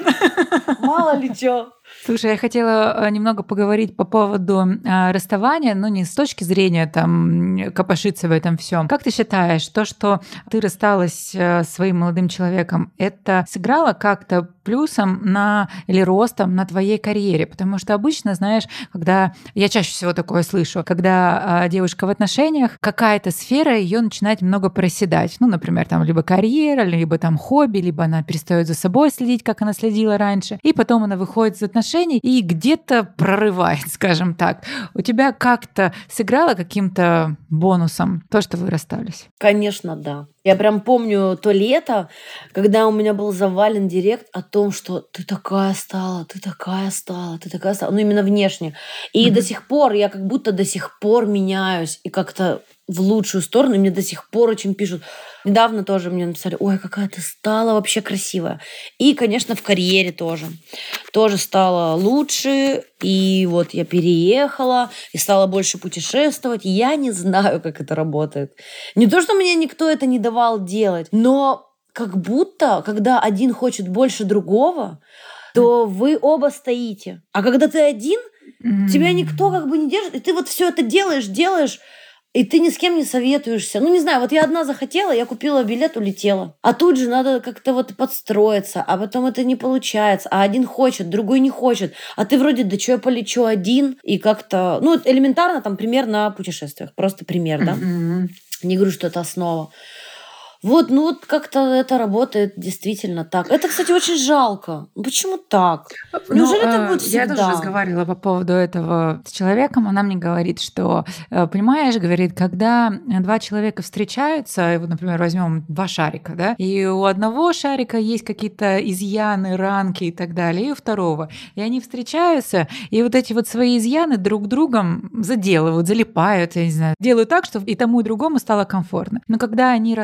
Мало ли чё. Слушай, я хотела немного поговорить по поводу э, расставания, но не с точки зрения там копошиться в этом всем. Как ты считаешь, то, что ты рассталась э, с своим молодым человеком, это сыграло как-то плюсом на или ростом на твоей карьере? Потому что обычно, знаешь, когда я чаще всего такое слышу, когда э, девушка в отношениях, какая-то сфера ее начинает много проседать. Ну, например, там либо карьера, либо там хобби, либо она перестает за собой следить, как она следила раньше, и потом она выходит из отношений и где-то прорывает, скажем так. У тебя как-то сыграло каким-то бонусом то, что вы расстались? Конечно, да. Я прям помню то лето, когда у меня был завален директ о том, что ты такая стала, ты такая стала, ты такая стала. Ну, именно внешне. И mm-hmm. до сих пор, я как будто до сих пор меняюсь. И как-то в лучшую сторону. И мне до сих пор очень пишут. Недавно тоже мне написали, ой, какая ты стала вообще красивая. И, конечно, в карьере тоже. Тоже стало лучше. И вот я переехала и стала больше путешествовать. Я не знаю, как это работает. Не то, что мне никто это не давал делать, но как будто, когда один хочет больше другого, то вы оба стоите. А когда ты один, mm-hmm. тебя никто как бы не держит. И ты вот все это делаешь, делаешь, и ты ни с кем не советуешься. Ну, не знаю, вот я одна захотела, я купила билет, улетела. А тут же надо как-то вот подстроиться, а потом это не получается. А один хочет, другой не хочет. А ты вроде, да что я полечу один? И как-то, ну, элементарно там пример на путешествиях. Просто пример, да? Mm-hmm. Не говорю, что это основа. Вот, ну вот как-то это работает действительно так. Это, кстати, очень жалко. Почему так? Неужели ну, так будет всегда? Я тоже разговаривала по поводу этого с человеком. Она мне говорит, что, понимаешь, говорит, когда два человека встречаются, вот, например, возьмем два шарика, да, и у одного шарика есть какие-то изъяны, ранки и так далее, и у второго. И они встречаются, и вот эти вот свои изъяны друг другом заделывают, залипают, я не знаю, делают так, что и тому, и другому стало комфортно. Но когда они расходятся,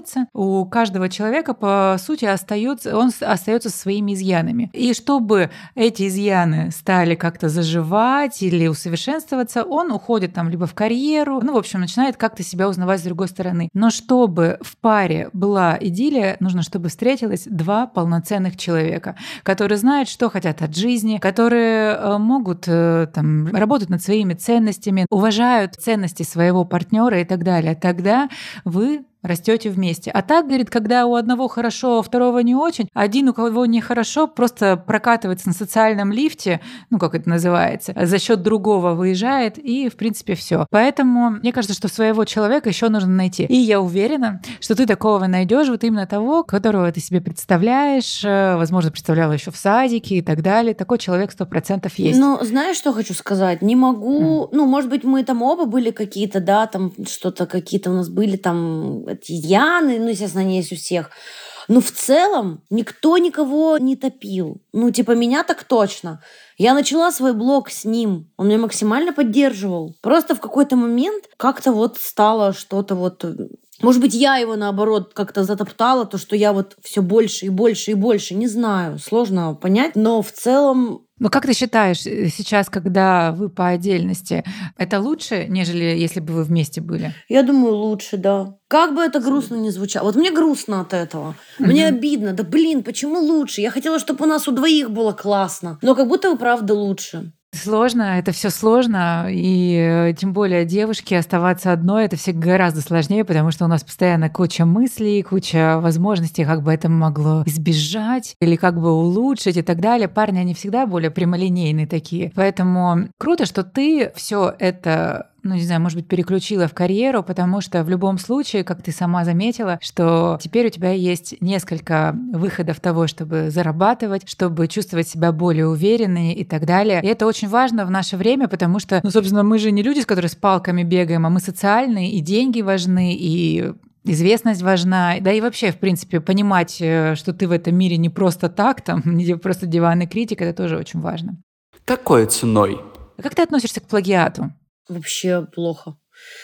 меняется, у каждого человека, по сути, остается, он остается со своими изъянами. И чтобы эти изъяны стали как-то заживать или усовершенствоваться, он уходит там либо в карьеру, ну, в общем, начинает как-то себя узнавать с другой стороны. Но чтобы в паре была идиллия, нужно, чтобы встретилось два полноценных человека, которые знают, что хотят от жизни, которые могут там работать над своими ценностями, уважают ценности своего партнера и так далее. Тогда вы растете вместе. А так, говорит, когда у одного хорошо, а у второго не очень, один, у кого нехорошо, просто прокатывается на социальном лифте, ну, как это называется, за счет другого выезжает, и, в принципе, все. Поэтому мне кажется, что своего человека еще нужно найти. И я уверена, что ты такого найдешь, вот именно того, которого ты себе представляешь, возможно, представляла еще в садике и так далее. Такой человек сто процентов есть. Ну, знаешь, что хочу сказать? Не могу... Mm. Ну, может быть, мы там оба были какие-то, да, там что-то какие-то у нас были там изъяны, ну, естественно, они есть у всех. Но в целом никто никого не топил. Ну, типа, меня так точно. Я начала свой блог с ним. Он меня максимально поддерживал. Просто в какой-то момент как-то вот стало что-то вот... Может быть, я его, наоборот, как-то затоптала, то, что я вот все больше и больше и больше. Не знаю, сложно понять. Но в целом... Ну, как ты считаешь, сейчас, когда вы по отдельности, это лучше, нежели если бы вы вместе были? Я думаю, лучше, да. Как бы это грустно ни звучало. Вот мне грустно от этого. Mm-hmm. Мне обидно. Да блин, почему лучше? Я хотела, чтобы у нас у двоих было классно. Но как будто бы правда лучше. Сложно, это все сложно, и тем более девушке оставаться одной, это все гораздо сложнее, потому что у нас постоянно куча мыслей, куча возможностей, как бы это могло избежать или как бы улучшить и так далее. Парни, они всегда более прямолинейные такие. Поэтому круто, что ты все это... ну, не знаю, может быть, переключила в карьеру, потому что в любом случае, как ты сама заметила, что теперь у тебя есть несколько выходов того, чтобы зарабатывать, чтобы чувствовать себя более уверенной и так далее. И это очень важно в наше время, потому что, ну, собственно, мы же не люди, с которыми с палками бегаем, а мы социальные, и деньги важны, и известность важна, да и вообще, в принципе, понимать, что ты в этом мире не просто так, там, не просто диванный критик, это тоже очень важно. Какой ценой? А как ты относишься к плагиату? Вообще плохо.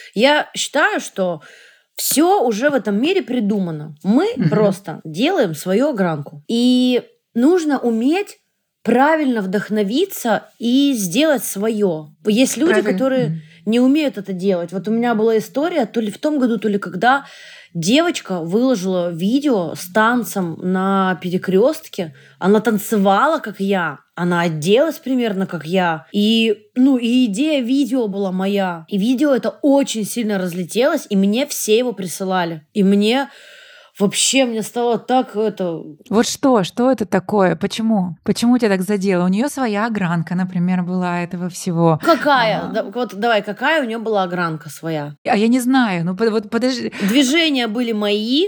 Я считаю, что все уже в этом мире придумано. Мы угу. просто делаем свою огранку. И нужно уметь правильно вдохновиться и сделать свое. Есть люди, Правильно. которые угу. не умеют это делать. Вот у меня была история, то ли в том году, то ли когда девочка выложила видео с танцем на перекрестке. Она танцевала, как я. Она оделась примерно как я. И, ну, и идея видео была моя. И видео это очень сильно разлетелось, и мне все его присылали. И мне вообще, мне стало так это... Вот что? Что это такое? Почему? Почему тебя так задело? У нее своя огранка, например, была этого всего. Какая? А. Да, вот давай, какая у нее была огранка своя? А я не знаю. Ну, вот подожди. Движения были мои,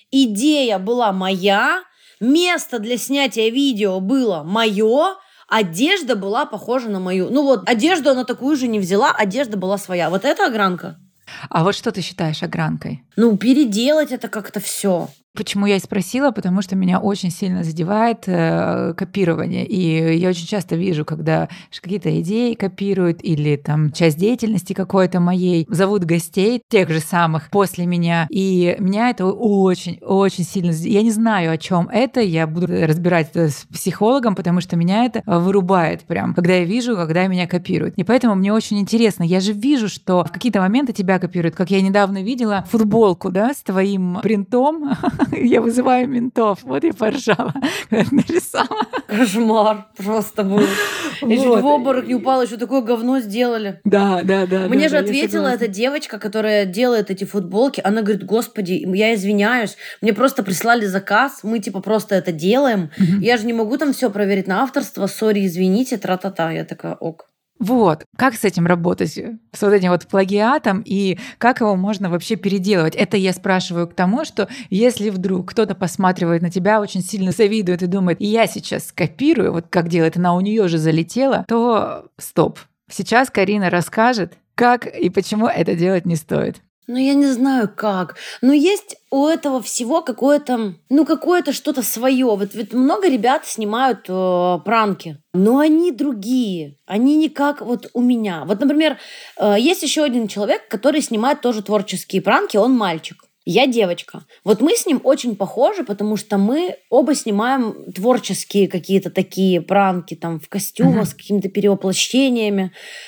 идея была моя, место для снятия видео было мое, одежда была похожа на мою. Ну вот, одежду она такую же не взяла, одежда была своя. Вот это огранка. А вот что ты считаешь огранкой? Ну, переделать это как-то все. Почему я и спросила? Потому что меня очень сильно задевает э, копирование. И я очень часто вижу, когда какие-то идеи копируют или там часть деятельности какой-то моей, зовут гостей, тех же самых, после меня. И меня это очень-очень сильно... Я не знаю, о чем это. Я буду разбирать это с психологом, потому что меня это вырубает прям, когда я вижу, когда меня копируют. И поэтому мне очень интересно. Я же вижу, что в какие-то моменты тебя копируют. Как я недавно видела футболку, да, с твоим принтом. Я вызываю ментов. Вот я поржала, когда нарисовала. Кошмар просто был. Я чуть в обморок не упала, еще такое говно сделали. Да, да, да. Мне же ответила эта девочка, которая делает эти футболки. Она говорит: господи, я извиняюсь, мне просто прислали заказ, мы типа просто это делаем. Я же не могу там все проверить на авторство, сори, извините, тра-та-та. Я такая: ок. Вот. Как с этим работать? С вот этим вот плагиатом, и как его можно вообще переделывать? Это я спрашиваю к тому, что если вдруг кто-то посматривает на тебя, очень сильно завидует и думает: я сейчас скопирую, вот как делает, она у нее же залетела, то стоп. Сейчас Карина расскажет, как и почему это делать не стоит. Ну, я не знаю как. Но есть у этого всего какое-то, ну, какое-то что-то свое. Вот ведь много ребят снимают э, пранки, но они другие. Они не как вот у меня. Вот, например, э, есть еще один человек, который снимает тоже творческие пранки, он мальчик. Я девочка. Вот мы с ним очень похожи, потому что мы оба снимаем творческие какие-то такие пранки там в костюмах, uh-huh. с какими-то перевоплощениями.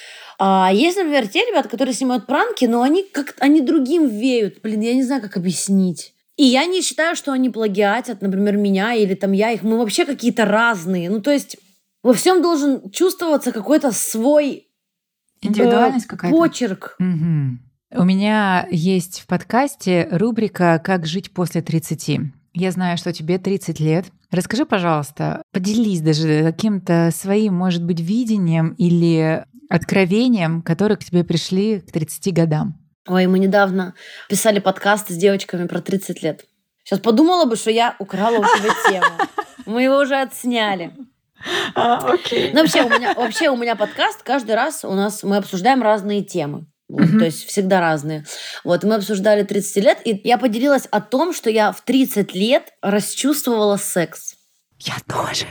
А есть, например, те ребята, которые снимают пранки, но они как они другим веют. Блин, я не знаю, как объяснить. И я не считаю, что они плагиатят, например, меня или там я их. Мы вообще какие-то разные. Ну, то есть во всем должен чувствоваться какой-то свой индивидуальность э, какая-то. Почерк. Угу. У меня есть в подкасте рубрика «Как жить после тридцати». Я знаю, что тебе тридцать лет. Расскажи, пожалуйста, поделись даже каким-то своим, может быть, видением или откровением, которые к тебе пришли к тридцати годам. Ой, мы недавно писали подкасты с девочками про тридцать лет. Сейчас подумала бы, что я украла у тебя тему. Мы его уже отсняли. А, окей. Ну, вообще у, меня, вообще у меня подкаст, каждый раз у нас мы обсуждаем разные темы. Вот, mm-hmm. То есть всегда разные. Вот, мы обсуждали тридцать лет, и я поделилась о том, что я в тридцать лет расчувствовала секс. Я тоже.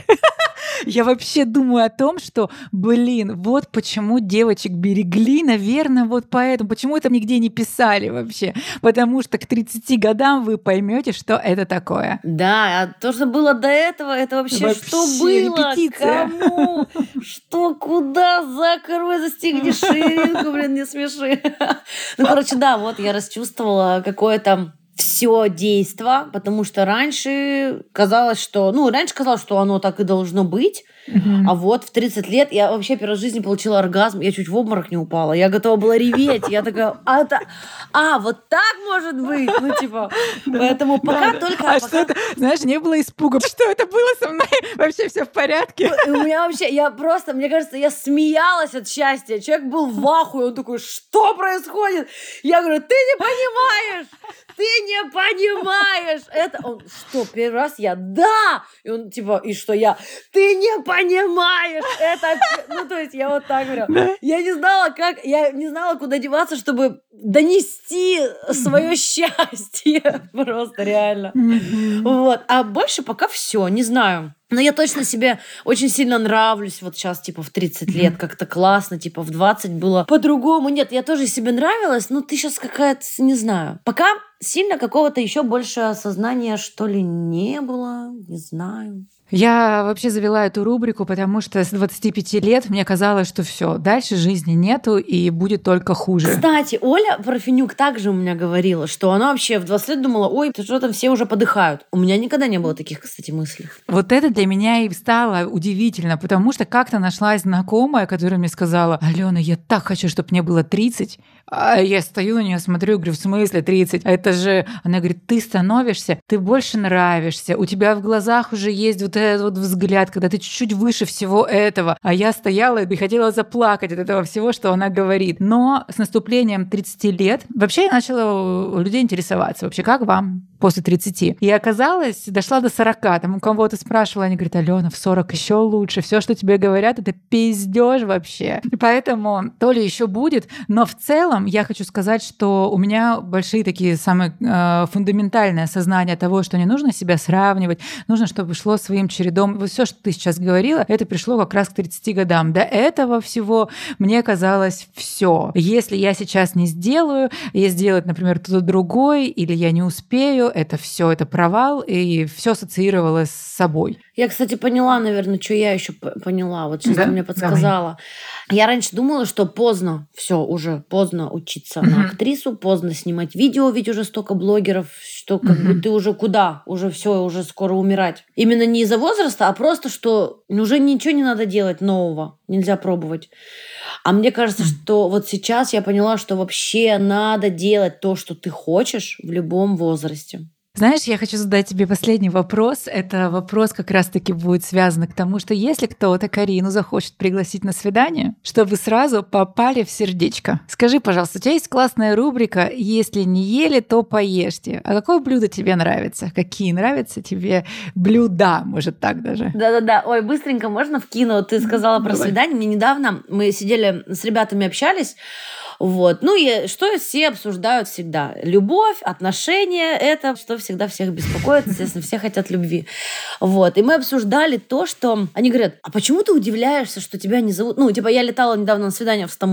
Я вообще думаю о том, что, блин, вот почему девочек берегли, наверное, вот поэтому. Почему это нигде не писали вообще? Потому что к тридцати годам вы поймете, что это такое. Да, а то, что было до этого, это вообще, вообще что было? Репетиция. Кому? Что, куда? Закрой, застегни ширинку, блин, не смеши. Ну, короче, да, вот я расчувствовала какое-то все действо, потому что раньше казалось, что... Ну, раньше казалось, что оно так и должно быть, mm-hmm. а вот в тридцать лет я вообще первый раз в жизни получила оргазм, я чуть в обморок не упала, я готова была реветь, я такая, а, это... а вот так может быть? Ну, типа, поэтому пока только... А что это? Знаешь, не было испуга, что это было со мной? Вообще все в порядке? У меня вообще, я просто, мне кажется, я смеялась от счастья, человек был в ахуе, он такой, что происходит? Я говорю, ты не понимаешь! Ты не понимаешь! Это он, что, первый раз я, да! И он, типа, и что я, ты не понимаешь! Это, ну, то есть, я вот так говорю. Я не знала, как, я не знала, куда деваться, чтобы донести свое счастье. Просто реально. Вот. А больше пока все, не знаю. Но я точно себе очень сильно нравлюсь вот сейчас, типа, в тридцать лет. Как-то классно, типа, в двадцать было по-другому. Нет, я тоже себе нравилась, но ты сейчас какая-то, не знаю. Пока сильно какого-то еще больше осознания, что ли, не было. Не знаю. Я вообще завела эту рубрику, потому что с двадцати пяти лет мне казалось, что все, дальше жизни нету и будет только хуже. Кстати, Оля Парфенюк также у меня говорила, что она вообще в двадцать лет думала, ой, ты что там, все уже подыхают. У меня никогда не было таких, кстати, мыслей. Вот это для меня и стало удивительно, потому что как-то нашлась знакомая, которая мне сказала, Алена, я так хочу, чтобы мне было тридцать. А я стою на нее, смотрю, говорю, в смысле тридцать? А это же, она говорит, ты становишься, ты больше нравишься, у тебя в глазах уже есть вот этот вот взгляд, когда ты чуть-чуть выше всего этого. А я стояла и хотела заплакать от этого всего, что она говорит. Но с наступлением тридцати лет вообще я начала у людей интересоваться. Вообще, как вам после тридцати? И оказалось, дошла до сорока. Там у кого-то спрашивала, они говорят, Алена, в сорок еще лучше. Все, что тебе говорят, это пиздеж вообще. И поэтому то ли еще будет. Но в целом я хочу сказать, что у меня большие такие самые э, фундаментальные осознания того, что не нужно себя сравнивать, нужно, чтобы шло своим чередом. Вот все, что ты сейчас говорила, это пришло как раз к тридцати годам. До этого всего мне казалось все. Если я сейчас не сделаю, я сделать, например, кто-то другой, или я не успею, это все, это провал, и все ассоциировалось с собой. Я, кстати, поняла, наверное, что я еще поняла. Вот сейчас да? ты мне подсказала. Давай. Я раньше думала, что поздно, все уже поздно учиться mm-hmm. на актрису, поздно снимать видео, ведь уже столько блогеров, что как mm-hmm. бы ты уже куда? Уже все, уже скоро умирать. Именно не из-за возраста, а просто, что уже ничего не надо делать нового, нельзя пробовать. А мне кажется, mm-hmm. что вот сейчас я поняла, что вообще надо делать то, что ты хочешь в любом возрасте. Знаешь, я хочу задать тебе последний вопрос. Это вопрос как раз-таки будет связан к тому, что если кто-то Карину захочет пригласить на свидание, чтобы сразу попали в сердечко. Скажи, пожалуйста, у тебя есть классная рубрика «Если не ели, то поешьте». А какое блюдо тебе нравится? Какие нравятся тебе блюда, может так даже? Да-да-да. Ой, быстренько можно вкину? Ты сказала про Давай. свидание. Мне недавно, мы сидели с ребятами, общались. Вот. Ну и что все обсуждают всегда? Любовь, отношения, это что всегда всех беспокоит, естественно, все хотят любви. Вот. И мы обсуждали то, что... Они говорят, а почему ты удивляешься, что тебя не зовут? Ну, типа, я летала недавно на свидание в Стамбул,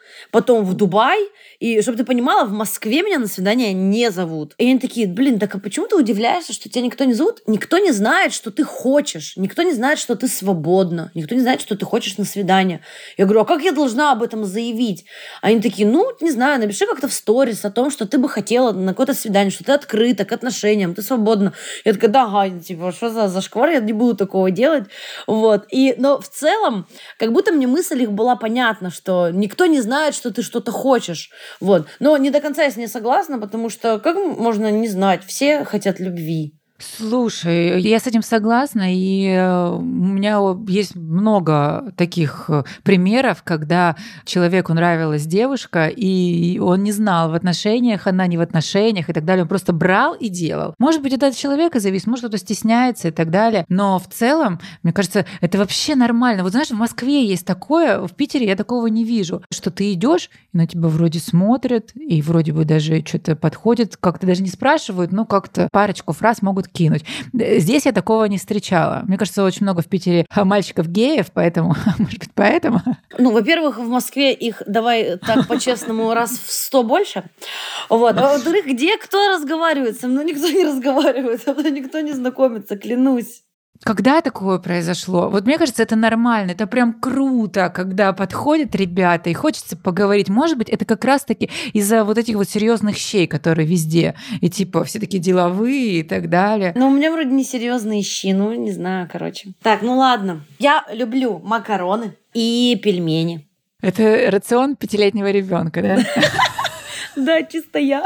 потом в Дубай, и, чтобы ты понимала, в Москве меня на свидание не зовут. И они такие, блин, так а почему ты удивляешься, что тебя никто не зовут? Никто не знает, что ты хочешь. Никто не знает, что ты свободна. Никто не знает, что ты хочешь на свидание. Я говорю, а как я должна об этом заявить? Они такие, ну, не знаю, напиши как-то в сторис о том, что ты бы хотела на какое-то свидание, что ты открыта к отношениям, ты свободна. Я такая, да, Ганя, типа, что за зашквар, я не буду такого делать. Вот. И, но в целом, как будто мне мысль их была понятна, что никто не знает, что ты что-то хочешь. Вот. Но не до конца я с ней согласна, потому что как можно не знать? Все хотят любви. Слушай, я с этим согласна, и э, у меня есть много таких э, примеров, когда человеку нравилась девушка, и он не знал, в отношениях она, не в отношениях и так далее, он просто брал и делал. Может быть, это от человека зависит, может, кто-то стесняется и так далее, но в целом, мне кажется, это вообще нормально. Вот знаешь, в Москве есть такое, в Питере я такого не вижу, что ты идешь, и на тебя вроде смотрят, и вроде бы даже что-то подходит, как-то даже не спрашивают, но как-то парочку фраз могут кинуть. Здесь я такого не встречала. Мне кажется, очень много в Питере мальчиков-геев, поэтому, может быть, поэтому. Ну, во-первых, в Москве их, давай так по-честному, раз в сто больше. Вот. А во-вторых, где кто разговаривает со мной? Никто не разговаривает, со мной никто не знакомится, клянусь. Когда такое произошло? Вот мне кажется, это нормально, это прям круто, когда подходят ребята и хочется поговорить. Может быть, это как раз-таки из-за вот этих вот серьезных щей, которые везде. И типа все такие деловые и так далее. Ну, у меня вроде не серьезные щи, ну, не знаю, короче. Так, ну ладно. Я люблю макароны и пельмени. Это рацион пятилетнего ребенка, да? Да, чисто я.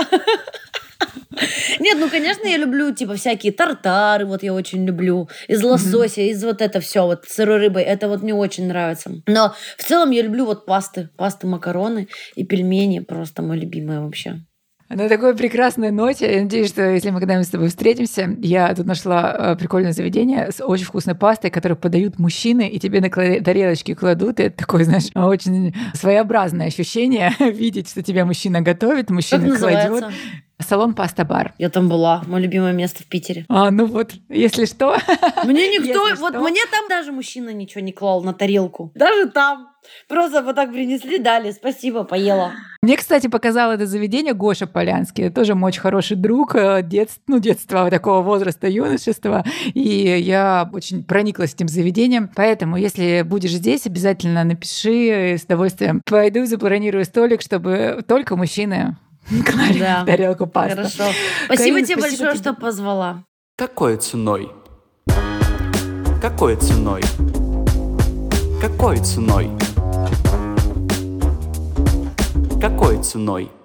Нет, ну, конечно, я люблю, типа, всякие тартары, вот я очень люблю, из лосося, из вот это все, вот с сырой рыбой, это вот мне очень нравится. Но в целом я люблю вот пасты, пасты, макароны и пельмени, просто мое любимое вообще. На такой прекрасной ноте, я надеюсь, что если мы когда-нибудь с тобой встретимся, я тут нашла прикольное заведение с очень вкусной пастой, которую подают мужчины, и тебе на тарелочки кладут, и это такое, знаешь, очень своеобразное ощущение видеть, что тебя мужчина готовит, мужчина как кладет. Называется? Салон Паста-бар. Я там была, мое любимое место в Питере. А, ну вот, если что. Мне никто, Если вот что. мне там даже мужчина ничего не клал на тарелку. Даже там. Просто вот так принесли, дали, спасибо, поела. Мне, кстати, показал это заведение Гоша Полянский. Это тоже мой очень хороший друг детства, ну, детства такого возраста, юношества. И я очень прониклась этим заведением. Поэтому, если будешь здесь, обязательно напиши, с удовольствием пойду, запланирую столик, чтобы только мужчины клали Да. в тарелку пасту. Хорошо. Спасибо Карин, тебе спасибо большое, тебе. что позвала. Какой ценой? Какой ценой? Какой ценой? Какой ценой?